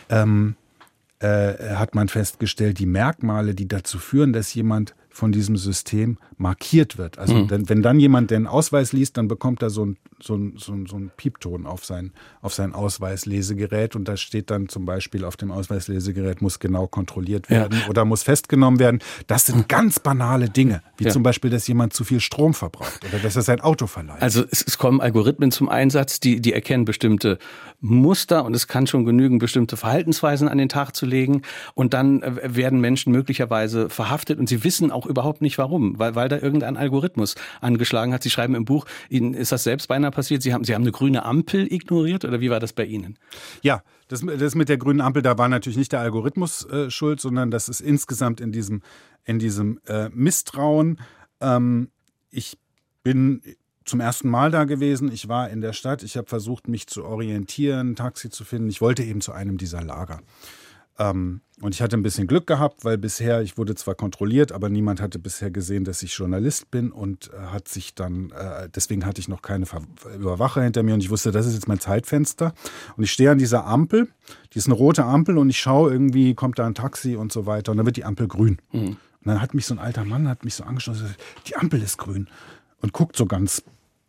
hat man festgestellt, die Merkmale, die dazu führen, dass jemand von diesem System markiert wird. Also wenn dann jemand den Ausweis liest, dann bekommt er so einen Piepton auf sein Ausweislesegerät und da steht dann zum Beispiel auf dem Ausweislesegerät, muss genau kontrolliert werden oder muss festgenommen werden. Das sind ganz banale Dinge, wie zum Beispiel, dass jemand zu viel Strom verbraucht oder dass er sein Auto verleiht. Also es kommen Algorithmen zum Einsatz, die erkennen bestimmte Muster und es kann schon genügen, bestimmte Verhaltensweisen an den Tag zu legen und dann werden Menschen möglicherweise verhaftet und sie wissen auch überhaupt nicht warum, weil da irgendein Algorithmus angeschlagen hat. Sie schreiben im Buch, Ihnen ist das selbst beinahe passiert, Sie haben eine grüne Ampel ignoriert oder wie war das bei Ihnen? Ja, das mit der grünen Ampel, da war natürlich nicht der Algorithmus schuld, sondern das ist insgesamt in diesem Misstrauen. Ich bin zum ersten Mal da gewesen, ich war in der Stadt, ich habe versucht, mich zu orientieren, ein Taxi zu finden. Ich wollte eben zu einem dieser Lager. Und ich hatte ein bisschen Glück gehabt, weil ich wurde zwar kontrolliert, aber niemand hatte bisher gesehen, dass ich Journalist bin und deswegen hatte ich noch keine Überwacher hinter mir und ich wusste, das ist jetzt mein Zeitfenster. Und ich stehe an dieser Ampel, die ist eine rote Ampel und ich schaue irgendwie, kommt da ein Taxi und so weiter und dann wird die Ampel grün. Und dann hat mich so ein alter Mann angeschaut und gesagt, die Ampel ist grün und guckt so ganz,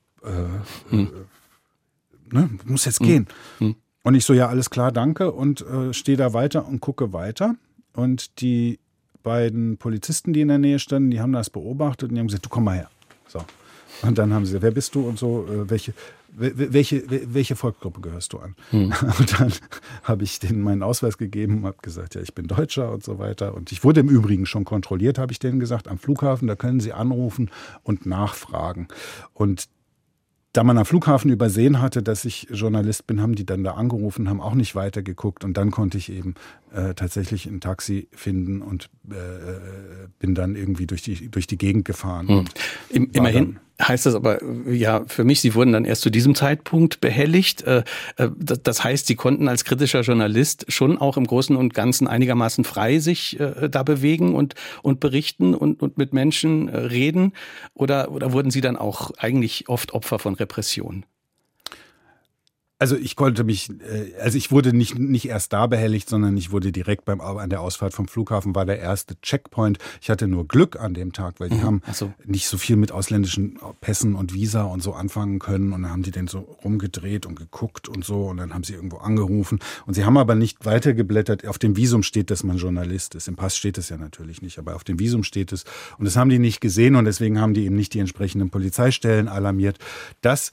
muss jetzt gehen. Und ich so, ja, alles klar, danke und stehe da weiter und gucke weiter. Und die beiden Polizisten, die in der Nähe standen, die haben das beobachtet und die haben gesagt, du komm mal her. So. Und dann haben sie gesagt, wer bist du und so, welche Volksgruppe gehörst du an? Und dann habe ich denen meinen Ausweis gegeben und habe gesagt, ja, ich bin Deutscher und so weiter. Und ich wurde im Übrigen schon kontrolliert, habe ich denen gesagt, am Flughafen, da können sie anrufen und nachfragen. Und Da man am Flughafen übersehen hatte, dass ich Journalist bin, haben die dann da angerufen, haben auch nicht weitergeguckt. Und dann konnte ich eben tatsächlich ein Taxi finden und bin dann irgendwie durch die Gegend gefahren. Immerhin heißt das aber, ja, für mich, Sie wurden dann erst zu diesem Zeitpunkt behelligt. Das heißt, Sie konnten als kritischer Journalist schon auch im Großen und Ganzen einigermaßen frei sich da bewegen und berichten und mit Menschen reden? Oder wurden Sie dann auch eigentlich oft Opfer von Repression? Also ich wurde nicht erst da behelligt, sondern ich wurde direkt an der Ausfahrt vom Flughafen, war der erste Checkpoint. Ich hatte nur Glück an dem Tag, weil die haben nicht so viel mit ausländischen Pässen und Visa und so anfangen können. Und dann haben die den so rumgedreht und geguckt und so. Und dann haben sie irgendwo angerufen. Und sie haben aber nicht weitergeblättert. Auf dem Visum steht, dass man Journalist ist. Im Pass steht es ja natürlich nicht, aber auf dem Visum steht es. Und das haben die nicht gesehen und deswegen haben die eben nicht die entsprechenden Polizeistellen alarmiert. Das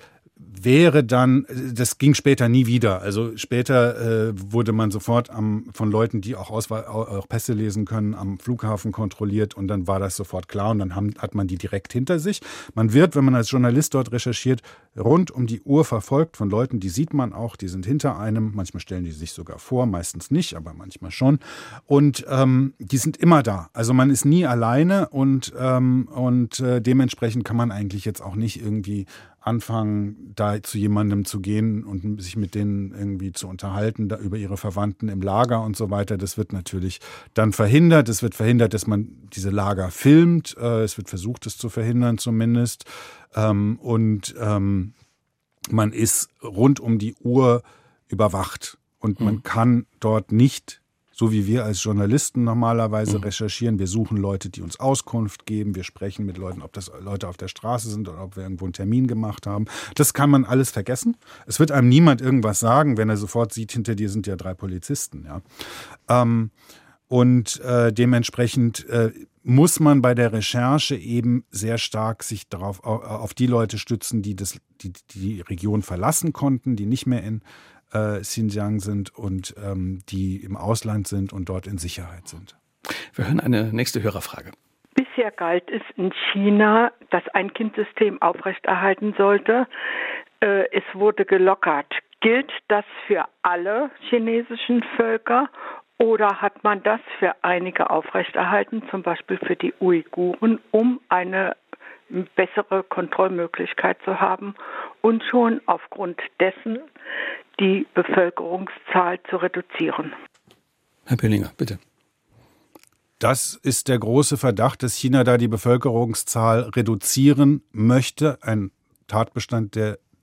ging später nie wieder. Also später wurde man sofort von Leuten, die auch Pässe lesen können, am Flughafen kontrolliert und dann war das sofort klar und dann hat man die direkt hinter sich. Man wird, wenn man als Journalist dort recherchiert, rund um die Uhr verfolgt von Leuten, die sieht man auch, die sind hinter einem. Manchmal stellen die sich sogar vor, meistens nicht, aber manchmal schon. Und die sind immer da. Also man ist nie alleine und dementsprechend kann man eigentlich jetzt auch nicht irgendwie anfangen, da zu jemandem zu gehen und sich mit denen irgendwie zu unterhalten, da über ihre Verwandten im Lager und so weiter. Das wird natürlich dann verhindert. Es wird verhindert, dass man diese Lager filmt. Es wird versucht, es zu verhindern zumindest. Man ist rund um die Uhr überwacht. Und man kann dort nicht, so wie wir als Journalisten normalerweise recherchieren. Wir suchen Leute, die uns Auskunft geben. Wir sprechen mit Leuten, ob das Leute auf der Straße sind oder ob wir irgendwo einen Termin gemacht haben. Das kann man alles vergessen. Es wird einem niemand irgendwas sagen, wenn er sofort sieht, hinter dir sind ja 3 Polizisten. Ja. Dementsprechend muss man bei der Recherche eben sehr stark sich auf die Leute stützen, die die Region verlassen konnten, die nicht mehr in Xinjiang sind und die im Ausland sind und dort in Sicherheit sind. Wir hören eine nächste Hörerfrage. Bisher galt es in China, dass ein Kind-System aufrechterhalten sollte. Es wurde gelockert. Gilt das für alle chinesischen Völker oder hat man das für einige aufrechterhalten, zum Beispiel für die Uiguren, um eine bessere Kontrollmöglichkeit zu haben und schon aufgrund dessen die Bevölkerungszahl zu reduzieren? Herr Böhlinger, bitte. Das ist der große Verdacht, dass China da die Bevölkerungszahl reduzieren möchte. Ein Tatbestand,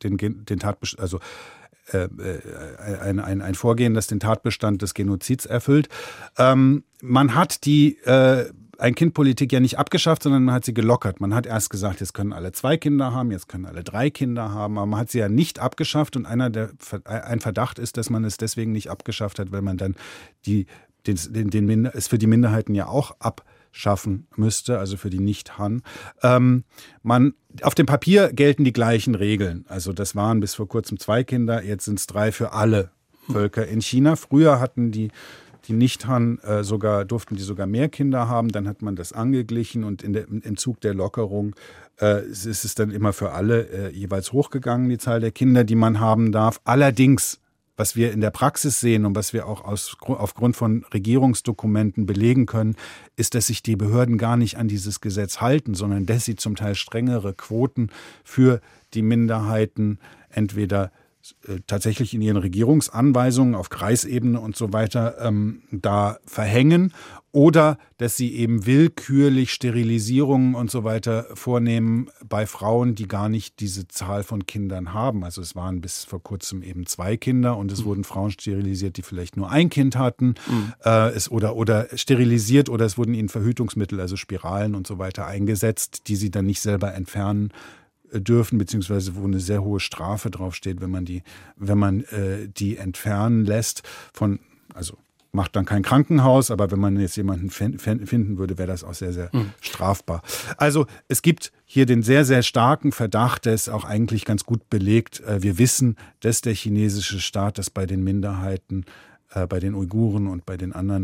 ein Vorgehen, das den Tatbestand des Genozids erfüllt. Man hat Ein-Kind-Politik ja nicht abgeschafft, sondern man hat sie gelockert. Man hat erst gesagt, jetzt können alle 2 Kinder haben, jetzt können alle 3 Kinder haben, aber man hat sie ja nicht abgeschafft und ein Verdacht ist, dass man es deswegen nicht abgeschafft hat, weil man dann es für die Minderheiten ja auch abschaffen müsste, also für die Nicht-Han. Auf dem Papier gelten die gleichen Regeln. Also das waren bis vor kurzem 2 Kinder, jetzt sind es 3 für alle Völker in China. Früher hatten die Nicht-Han durften die sogar mehr Kinder haben, dann hat man das angeglichen und im Zug der Lockerung ist es dann immer für alle jeweils hochgegangen, die Zahl der Kinder, die man haben darf. Allerdings, was wir in der Praxis sehen und was wir auch aufgrund von Regierungsdokumenten belegen können, ist, dass sich die Behörden gar nicht an dieses Gesetz halten, sondern dass sie zum Teil strengere Quoten für die Minderheiten entweder tatsächlich in ihren Regierungsanweisungen auf Kreisebene und so weiter da verhängen oder dass sie eben willkürlich Sterilisierungen und so weiter vornehmen bei Frauen, die gar nicht diese Zahl von Kindern haben. Also es waren bis vor kurzem eben 2 Kinder und es wurden Frauen sterilisiert, die vielleicht nur ein Kind hatten oder sterilisiert oder es wurden ihnen Verhütungsmittel, also Spiralen und so weiter eingesetzt, die sie dann nicht selber entfernen dürfen, beziehungsweise wo eine sehr hohe Strafe draufsteht, wenn man die entfernen lässt also macht dann kein Krankenhaus, aber wenn man jetzt jemanden finden würde, wäre das auch sehr, sehr strafbar. Also es gibt hier den sehr, sehr starken Verdacht, der ist auch eigentlich ganz gut belegt. Wir wissen, dass der chinesische Staat das bei den Minderheiten, bei den Uiguren und bei den anderen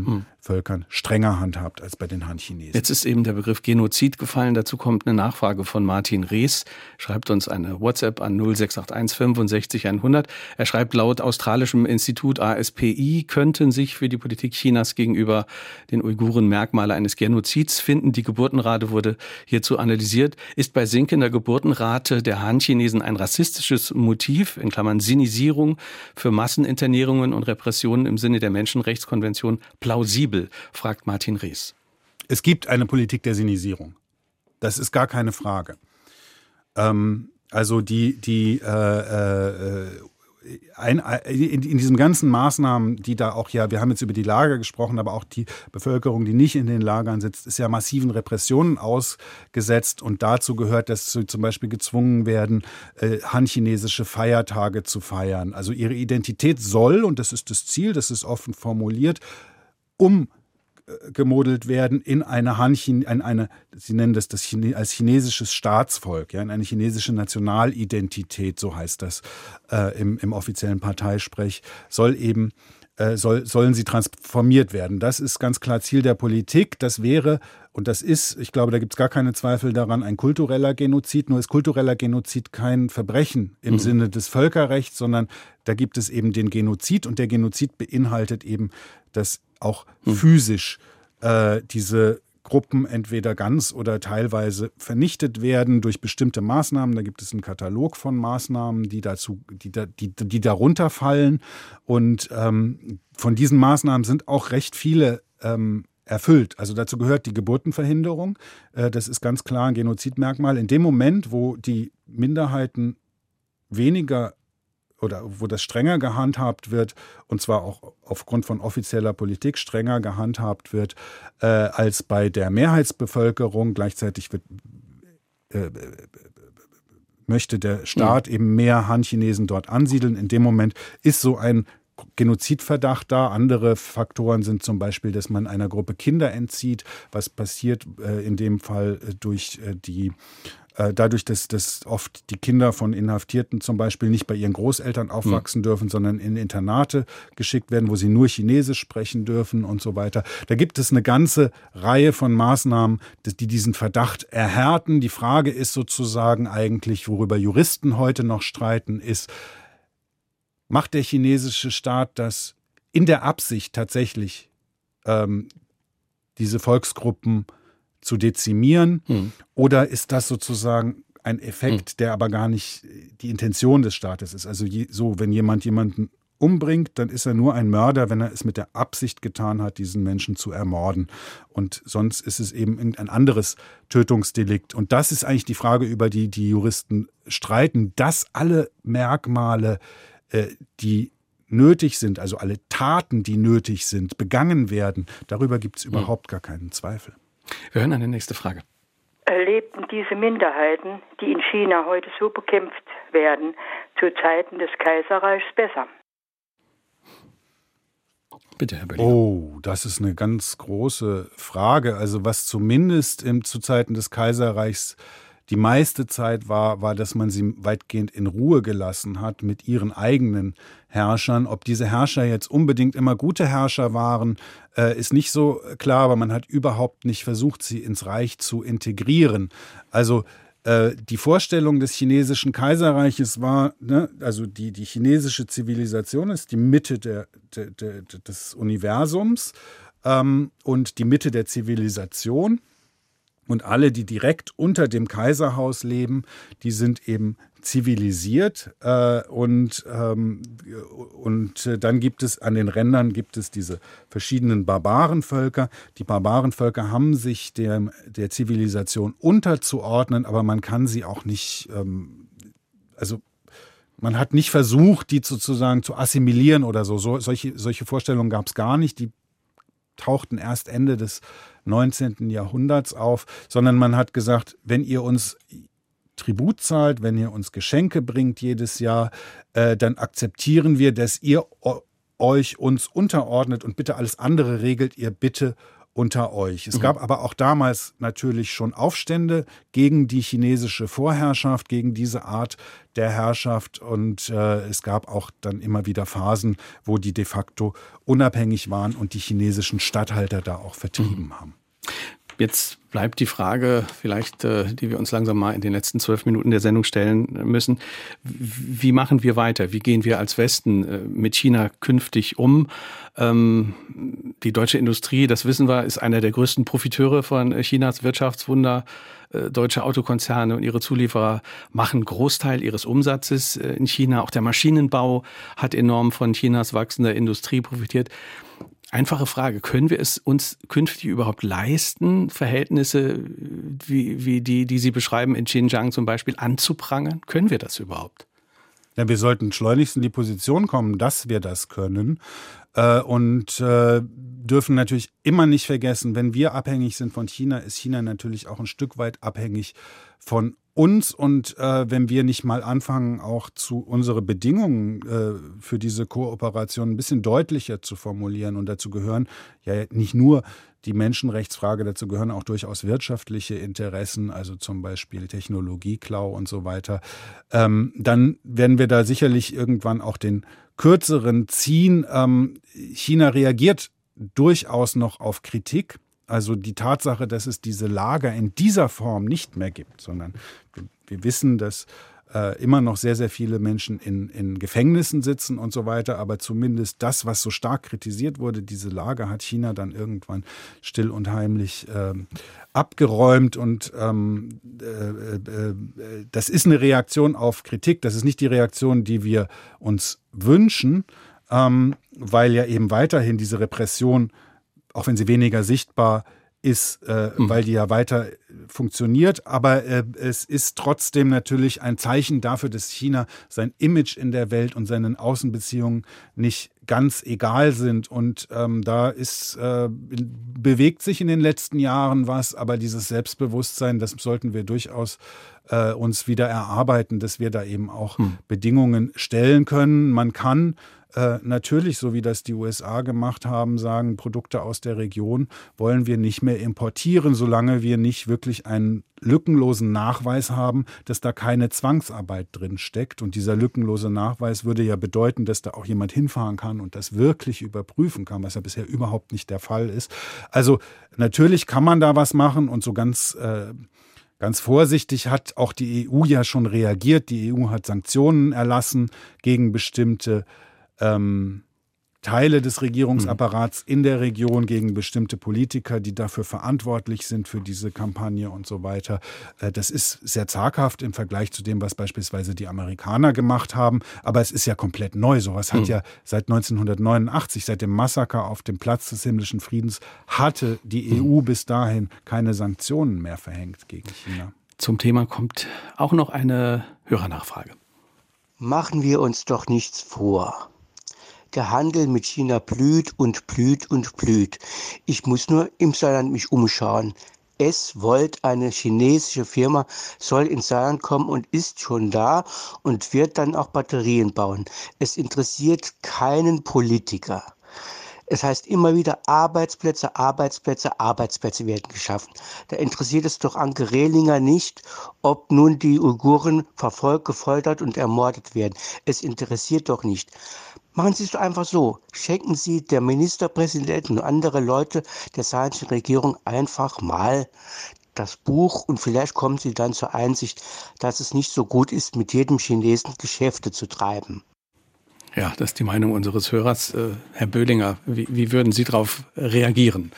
Völkern strenger handhabt als bei den Han-Chinesen. Jetzt ist eben der Begriff Genozid gefallen. Dazu kommt eine Nachfrage von Martin Rees. Schreibt uns eine WhatsApp an 0681 65 100. Er schreibt, laut australischem Institut ASPI könnten sich für die Politik Chinas gegenüber den Uiguren Merkmale eines Genozids finden. Die Geburtenrate wurde hierzu analysiert. Ist bei sinkender Geburtenrate der Han-Chinesen ein rassistisches Motiv, in Klammern Sinisierung, für Masseninternierungen und Repressionen im Sinne der Menschenrechtskonvention plausibel? Fragt Martin Rees. Es gibt eine Politik der Sinisierung. Das ist gar keine Frage. Also in diesem ganzen Maßnahmen, die da auch wir haben jetzt über die Lager gesprochen, aber auch die Bevölkerung, die nicht in den Lagern sitzt, ist ja massiven Repressionen ausgesetzt und dazu gehört, dass sie zum Beispiel gezwungen werden, han-chinesische Feiertage zu feiern. Also ihre Identität soll, und das ist das Ziel, das ist offen formuliert, umgemodelt werden in sie nennen das als chinesisches Staatsvolk, in eine chinesische Nationalidentität, so heißt das im offiziellen Parteisprech, sollen sie transformiert werden. Das ist ganz klar Ziel der Politik. Das wäre, und das ist, ich glaube, da gibt es gar keine Zweifel daran, ein kultureller Genozid. Nur ist kultureller Genozid kein Verbrechen im Sinne des Völkerrechts, sondern da gibt es eben den Genozid und der Genozid beinhaltet eben, dass auch physisch diese Gruppen entweder ganz oder teilweise vernichtet werden durch bestimmte Maßnahmen. Da gibt es einen Katalog von Maßnahmen, die darunter fallen. Und von diesen Maßnahmen sind auch recht viele erfüllt. Also dazu gehört die Geburtenverhinderung. Das ist ganz klar ein Genozidmerkmal. In dem Moment, wo die Minderheiten weniger oder wo das strenger gehandhabt wird, und zwar auch aufgrund von offizieller Politik strenger gehandhabt wird als bei der Mehrheitsbevölkerung. Gleichzeitig möchte der Staat eben mehr Han-Chinesen dort ansiedeln. In dem Moment ist so ein Genozidverdacht da. Andere Faktoren sind zum Beispiel, dass man einer Gruppe Kinder entzieht. Was passiert in dem Fall dadurch, dass oft die Kinder von Inhaftierten zum Beispiel nicht bei ihren Großeltern aufwachsen dürfen, sondern in Internate geschickt werden, wo sie nur Chinesisch sprechen dürfen und so weiter. Da gibt es eine ganze Reihe von Maßnahmen, die diesen Verdacht erhärten. Die Frage ist sozusagen eigentlich, worüber Juristen heute noch streiten, ist, macht der chinesische Staat das in der Absicht tatsächlich, diese Volksgruppen zu dezimieren? Oder ist das sozusagen ein Effekt, der aber gar nicht die Intention des Staates ist? Also wenn jemand jemanden umbringt, dann ist er nur ein Mörder, wenn er es mit der Absicht getan hat, diesen Menschen zu ermorden. Und sonst ist es eben ein anderes Tötungsdelikt. Und das ist eigentlich die Frage, über die die Juristen streiten, dass alle Merkmale, die nötig sind, also alle Taten, die nötig sind, begangen werden. Darüber gibt es überhaupt gar keinen Zweifel. Wir hören eine nächste Frage. Erlebten diese Minderheiten, die in China heute so bekämpft werden, zu Zeiten des Kaiserreichs besser? Bitte, Herr Böllinger. Oh, das ist eine ganz große Frage. Also was zumindest zu Zeiten des Kaiserreichs die meiste Zeit war, dass man sie weitgehend in Ruhe gelassen hat mit ihren eigenen Herrschern. Ob diese Herrscher jetzt unbedingt immer gute Herrscher waren, ist nicht so klar, aber man hat überhaupt nicht versucht, sie ins Reich zu integrieren. Also die Vorstellung des chinesischen Kaiserreiches war, also die chinesische Zivilisation ist die Mitte des Universums und die Mitte der Zivilisation. Und alle, die direkt unter dem Kaiserhaus leben, die sind eben zivilisiert. Und dann gibt es an den Rändern diese verschiedenen Barbarenvölker. Die Barbarenvölker haben sich der Zivilisation unterzuordnen, aber man kann sie auch nicht, man hat nicht versucht, die sozusagen zu assimilieren oder so. Solche Vorstellungen gab es gar nicht. Die tauchten erst Ende des 19. Jahrhunderts auf, sondern man hat gesagt, wenn ihr uns Tribut zahlt, wenn ihr uns Geschenke bringt jedes Jahr, dann akzeptieren wir, dass ihr euch uns unterordnet und bitte alles andere regelt ihr bitte unter euch. Es gab aber auch damals natürlich schon Aufstände gegen die chinesische Vorherrschaft, gegen diese Art der Herrschaft. Und es gab auch dann immer wieder Phasen, wo die de facto unabhängig waren und die chinesischen Statthalter da auch vertrieben haben. Jetzt bleibt die Frage, vielleicht, die wir uns langsam mal in den letzten 12 Minuten der Sendung stellen müssen. Wie machen wir weiter? Wie gehen wir als Westen mit China künftig um? Die deutsche Industrie, das wissen wir, ist einer der größten Profiteure von Chinas Wirtschaftswunder. Deutsche Autokonzerne und ihre Zulieferer machen Großteil ihres Umsatzes in China. Auch der Maschinenbau hat enorm von Chinas wachsender Industrie profitiert. Einfache Frage, können wir es uns künftig überhaupt leisten, Verhältnisse wie die Sie beschreiben in Xinjiang zum Beispiel anzuprangern? Können wir das überhaupt? Ja, wir sollten schleunigst in die Position kommen, dass wir das können und dürfen natürlich immer nicht vergessen, wenn wir abhängig sind von China, ist China natürlich auch ein Stück weit abhängig von uns. Und wenn wir nicht mal anfangen, auch zu unsere Bedingungen für diese Kooperation ein bisschen deutlicher zu formulieren, und dazu gehören ja nicht nur die Menschenrechtsfrage, dazu gehören auch durchaus wirtschaftliche Interessen, also zum Beispiel Technologieklau und so weiter, dann werden wir da sicherlich irgendwann auch den kürzeren ziehen. China reagiert durchaus noch auf Kritik. Also die Tatsache, dass es diese Lager in dieser Form nicht mehr gibt, sondern wir wissen, dass immer noch sehr, sehr viele Menschen in Gefängnissen sitzen und so weiter. Aber zumindest das, was so stark kritisiert wurde, diese Lager, hat China dann irgendwann still und heimlich abgeräumt. Und das ist eine Reaktion auf Kritik. Das ist nicht die Reaktion, die wir uns wünschen, weil ja eben weiterhin diese Repression, auch wenn sie weniger sichtbar ist, weil die ja weiter funktioniert. Aber es ist trotzdem natürlich ein Zeichen dafür, dass China sein Image in der Welt und seinen Außenbeziehungen nicht ganz egal sind. Und da bewegt sich in den letzten Jahren was, aber dieses Selbstbewusstsein, das sollten wir durchaus uns wieder erarbeiten, dass wir da eben auch Bedingungen stellen können. Man kann natürlich, so wie das die USA gemacht haben, sagen, Produkte aus der Region wollen wir nicht mehr importieren, solange wir nicht wirklich einen lückenlosen Nachweis haben, dass da keine Zwangsarbeit drin steckt. Und dieser lückenlose Nachweis würde ja bedeuten, dass da auch jemand hinfahren kann und das wirklich überprüfen kann, was ja bisher überhaupt nicht der Fall ist. Also natürlich kann man da was machen, und so ganz vorsichtig hat auch die EU ja schon reagiert. Die EU hat Sanktionen erlassen gegen bestimmte Teile des Regierungsapparats in der Region, gegen bestimmte Politiker, die dafür verantwortlich sind für diese Kampagne und so weiter. Das ist sehr zaghaft im Vergleich zu dem, was beispielsweise die Amerikaner gemacht haben. Aber es ist ja komplett neu. Sowas hat ja seit 1989, seit dem Massaker auf dem Platz des Himmlischen Friedens, hatte die EU bis dahin keine Sanktionen mehr verhängt gegen China. Zum Thema kommt auch noch eine Hörernachfrage. Machen wir uns doch nichts vor. Der Handel mit China blüht und blüht und blüht. Ich muss nur im Saarland mich umschauen. S-Volt, eine chinesische Firma, soll ins Saarland kommen und ist schon da und wird dann auch Batterien bauen. Es interessiert keinen Politiker. Es heißt immer wieder Arbeitsplätze, Arbeitsplätze, Arbeitsplätze werden geschaffen. Da interessiert es doch Anke Rehlinger nicht, ob nun die Uiguren verfolgt, gefoltert und ermordet werden. Es interessiert doch nicht. Machen Sie es doch einfach so. Schenken Sie der Ministerpräsidentin und andere Leute der saarländischen Regierung einfach mal das Buch und vielleicht kommen Sie dann zur Einsicht, dass es nicht so gut ist, mit jedem Chinesen Geschäfte zu treiben. Ja, das ist die Meinung unseres Hörers. Herr Böhlinger, wie würden Sie darauf reagieren?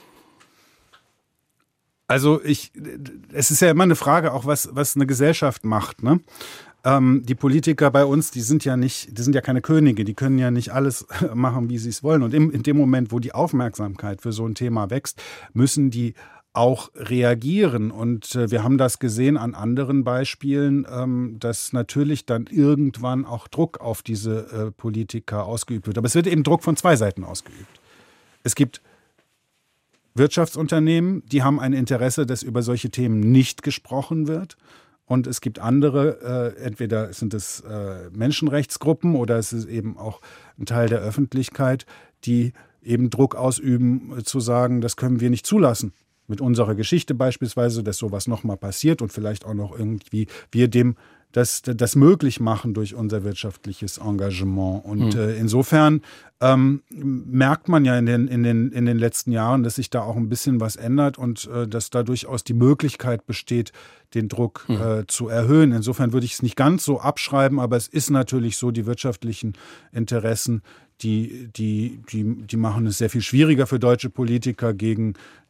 Also es ist ja immer eine Frage auch, was eine Gesellschaft macht, ne? Die Politiker bei uns, die sind ja keine Könige, die können ja nicht alles machen, wie sie es wollen. Und in dem Moment, wo die Aufmerksamkeit für so ein Thema wächst, müssen die auch reagieren. Und wir haben das gesehen an anderen Beispielen, dass natürlich dann irgendwann auch Druck auf diese Politiker ausgeübt wird. Aber es wird eben Druck von zwei Seiten ausgeübt. Es gibt Wirtschaftsunternehmen, die haben ein Interesse, dass über solche Themen nicht gesprochen wird. Und es gibt andere, entweder sind es Menschenrechtsgruppen oder es ist eben auch ein Teil der Öffentlichkeit, die eben Druck ausüben, zu sagen, das können wir nicht zulassen. Mit unserer Geschichte beispielsweise, dass sowas nochmal passiert und vielleicht auch noch irgendwie wir dem das möglich machen durch unser wirtschaftliches Engagement. Und insofern merkt man ja in den letzten Jahren, dass sich da auch ein bisschen was ändert und dass da durchaus die Möglichkeit besteht, den Druck zu erhöhen. Insofern würde ich es nicht ganz so abschreiben, aber es ist natürlich so, die wirtschaftlichen Interessen, die machen es sehr viel schwieriger für deutsche Politiker gegen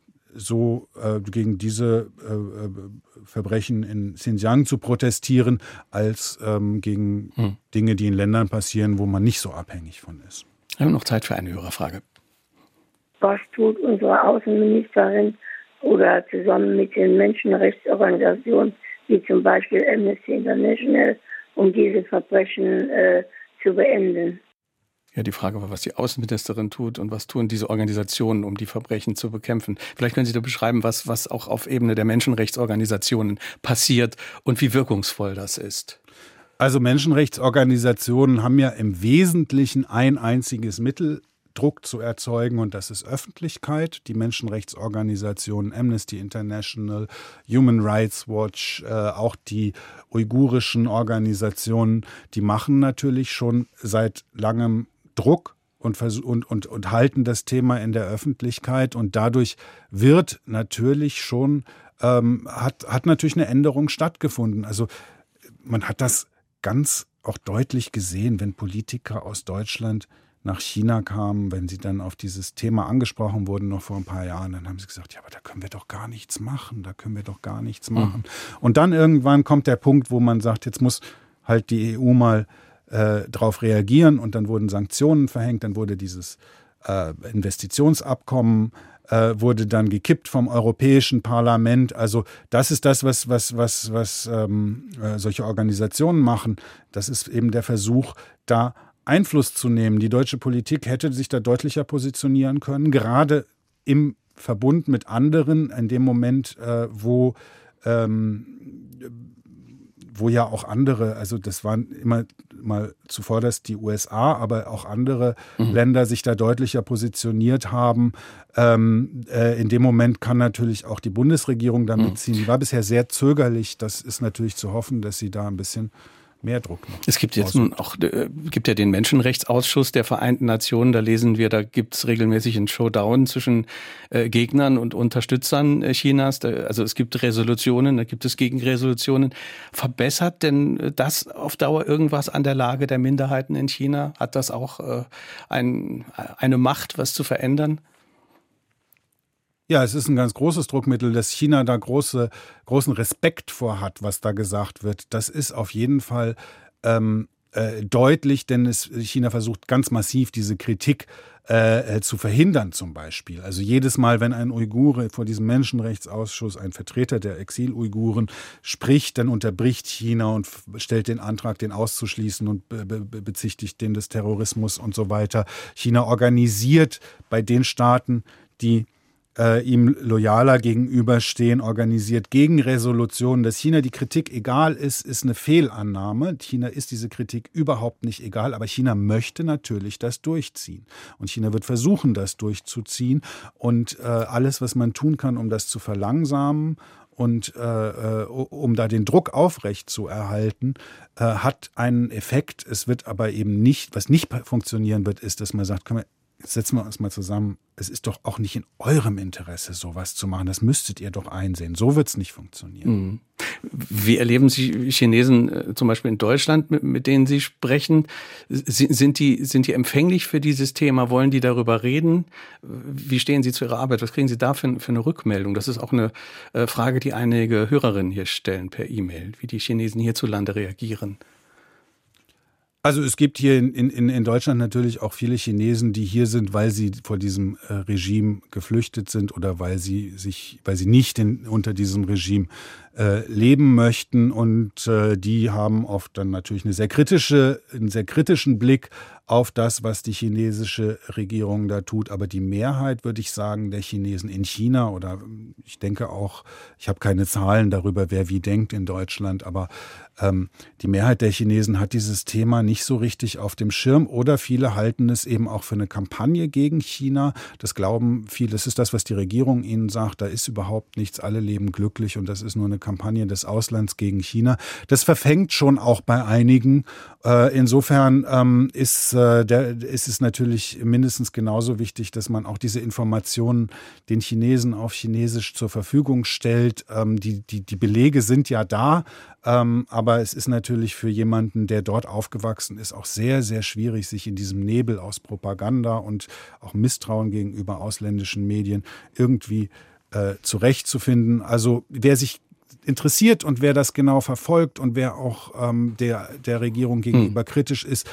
diese Verbrechen in Xinjiang zu protestieren, als gegen Dinge, die in Ländern passieren, wo man nicht so abhängig von ist. Wir haben noch Zeit für eine Hörerfrage. Was tut unsere Außenministerin oder zusammen mit den Menschenrechtsorganisationen, wie zum Beispiel Amnesty International, um diese Verbrechen zu beenden? Ja, die Frage war, was die Außenministerin tut und was tun diese Organisationen, um die Verbrechen zu bekämpfen. Vielleicht können Sie da beschreiben, was auch auf Ebene der Menschenrechtsorganisationen passiert und wie wirkungsvoll das ist. Also Menschenrechtsorganisationen haben ja im Wesentlichen ein einziges Mittel, Druck zu erzeugen, und das ist Öffentlichkeit. Die Menschenrechtsorganisationen Amnesty International, Human Rights Watch, auch die uigurischen Organisationen, die machen natürlich schon seit langem Druck und halten das Thema in der Öffentlichkeit, und dadurch wird natürlich schon, hat natürlich eine Änderung stattgefunden. Also man hat das ganz auch deutlich gesehen, wenn Politiker aus Deutschland nach China kamen, wenn sie dann auf dieses Thema angesprochen wurden, noch vor ein paar Jahren, dann haben sie gesagt, ja, aber da können wir doch gar nichts machen, Und dann irgendwann kommt der Punkt, wo man sagt, jetzt muss halt die EU mal darauf reagieren, und dann wurden Sanktionen verhängt, dann wurde dieses Investitionsabkommen wurde dann gekippt vom Europäischen Parlament. Also das ist das, was solche Organisationen machen. Das ist eben der Versuch, da Einfluss zu nehmen. Die deutsche Politik hätte sich da deutlicher positionieren können, gerade im Verbund mit anderen, in dem Moment, wo ja auch andere, also das waren immer mal zuvorderst die USA, aber auch andere Länder sich da deutlicher positioniert haben. In dem Moment kann natürlich auch die Bundesregierung da mitziehen. Die war bisher sehr zögerlich. Das ist natürlich zu hoffen, dass sie da ein bisschen mehr Druck noch. Es gibt jetzt nun auch, gibt ja den Menschenrechtsausschuss der Vereinten Nationen, da lesen wir, da gibt es regelmäßig einen Showdown zwischen Gegnern und Unterstützern Chinas. Also es gibt Resolutionen, da gibt es Gegenresolutionen. Verbessert denn das auf Dauer irgendwas an der Lage der Minderheiten in China? Hat das auch eine Macht, was zu verändern? Ja, es ist ein ganz großes Druckmittel, dass China da großen Respekt vor hat, was da gesagt wird. Das ist auf jeden Fall deutlich, denn China versucht ganz massiv diese Kritik zu verhindern zum Beispiel. Also jedes Mal, wenn ein Uigure vor diesem Menschenrechtsausschuss, ein Vertreter der Exil-Uiguren, spricht, dann unterbricht China und stellt den Antrag, den auszuschließen, und bezichtigt den des Terrorismus und so weiter. China organisiert bei den Staaten, die ihm loyaler gegenüberstehen, organisiert Gegenresolutionen. Dass China die Kritik egal ist eine Fehlannahme. China ist diese Kritik überhaupt nicht egal, aber China möchte natürlich das durchziehen. Und China wird versuchen, das durchzuziehen. Und alles, was man tun kann, um das zu verlangsamen und um da den Druck aufrecht zu erhalten, hat einen Effekt. Es wird aber eben nicht, was nicht funktionieren wird, ist, dass man sagt, jetzt setzen wir uns mal zusammen, es ist doch auch nicht in eurem Interesse, sowas zu machen. Das müsstet ihr doch einsehen. So wird es nicht funktionieren. Wie erleben Sie Chinesen zum Beispiel in Deutschland, mit denen Sie sprechen? Sind die empfänglich für dieses Thema? Wollen die darüber reden? Wie stehen Sie zu Ihrer Arbeit? Was kriegen Sie da für eine Rückmeldung? Das ist auch eine Frage, die einige Hörerinnen hier stellen per E-Mail, wie die Chinesen hierzulande reagieren. Also es gibt hier in Deutschland natürlich auch viele Chinesen, die hier sind, weil sie vor diesem Regime geflüchtet sind oder weil sie nicht unter diesem Regime leben möchten. Und die haben oft dann natürlich einen sehr kritischen Blick auf das, was die chinesische Regierung da tut. Aber die Mehrheit, würde ich sagen, der Chinesen in China, oder ich denke auch, ich habe keine Zahlen darüber, wer wie denkt in Deutschland, aber die Mehrheit der Chinesen hat dieses Thema nicht so richtig auf dem Schirm, oder viele halten es eben auch für eine Kampagne gegen China. Das glauben viele, das ist das, was die Regierung ihnen sagt, da ist überhaupt nichts, alle leben glücklich und das ist nur eine Kampagne des Auslands gegen China. Das verfängt schon auch bei einigen. Insofern ist es natürlich mindestens genauso wichtig, dass man auch diese Informationen den Chinesen auf Chinesisch zur Verfügung stellt. Die Belege sind ja da, aber es ist natürlich für jemanden, der dort aufgewachsen ist, auch sehr, sehr schwierig, sich in diesem Nebel aus Propaganda und auch Misstrauen gegenüber ausländischen Medien irgendwie zurechtzufinden. Also wer sich interessiert und wer das genau verfolgt und wer auch der Regierung gegenüber kritisch ist,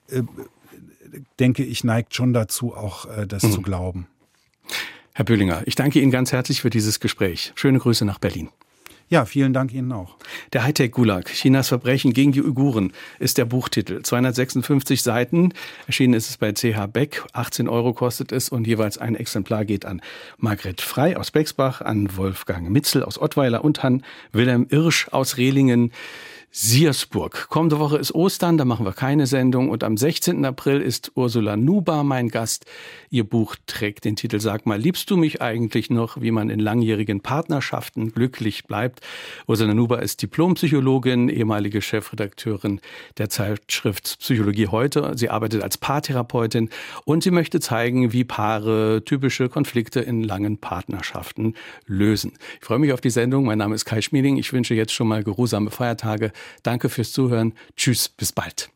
denke ich, neigt schon dazu, auch das zu glauben. Herr Böhlinger, ich danke Ihnen ganz herzlich für dieses Gespräch. Schöne Grüße nach Berlin. Ja, vielen Dank Ihnen auch. Der Hightech-Gulag, Chinas Verbrechen gegen die Uiguren, ist der Buchtitel. 256 Seiten, erschienen ist es bei CH Beck, 18 € kostet es und jeweils ein Exemplar geht an Margret Frey aus Bexbach, an Wolfgang Mitzel aus Ottweiler und an Wilhelm Irsch aus Rehlingen. Siersburg. Kommende Woche ist Ostern, da machen wir keine Sendung. Und am 16. April ist Ursula Nuber mein Gast. Ihr Buch trägt den Titel Sag mal, liebst du mich eigentlich noch? Wie man in langjährigen Partnerschaften glücklich bleibt. Ursula Nuber ist Diplompsychologin, ehemalige Chefredakteurin der Zeitschrift Psychologie heute. Sie arbeitet als Paartherapeutin und sie möchte zeigen, wie Paare typische Konflikte in langen Partnerschaften lösen. Ich freue mich auf die Sendung. Mein Name ist Kai Schmieding. Ich wünsche jetzt schon mal geruhsame Feiertage. Danke fürs Zuhören. Tschüss, bis bald.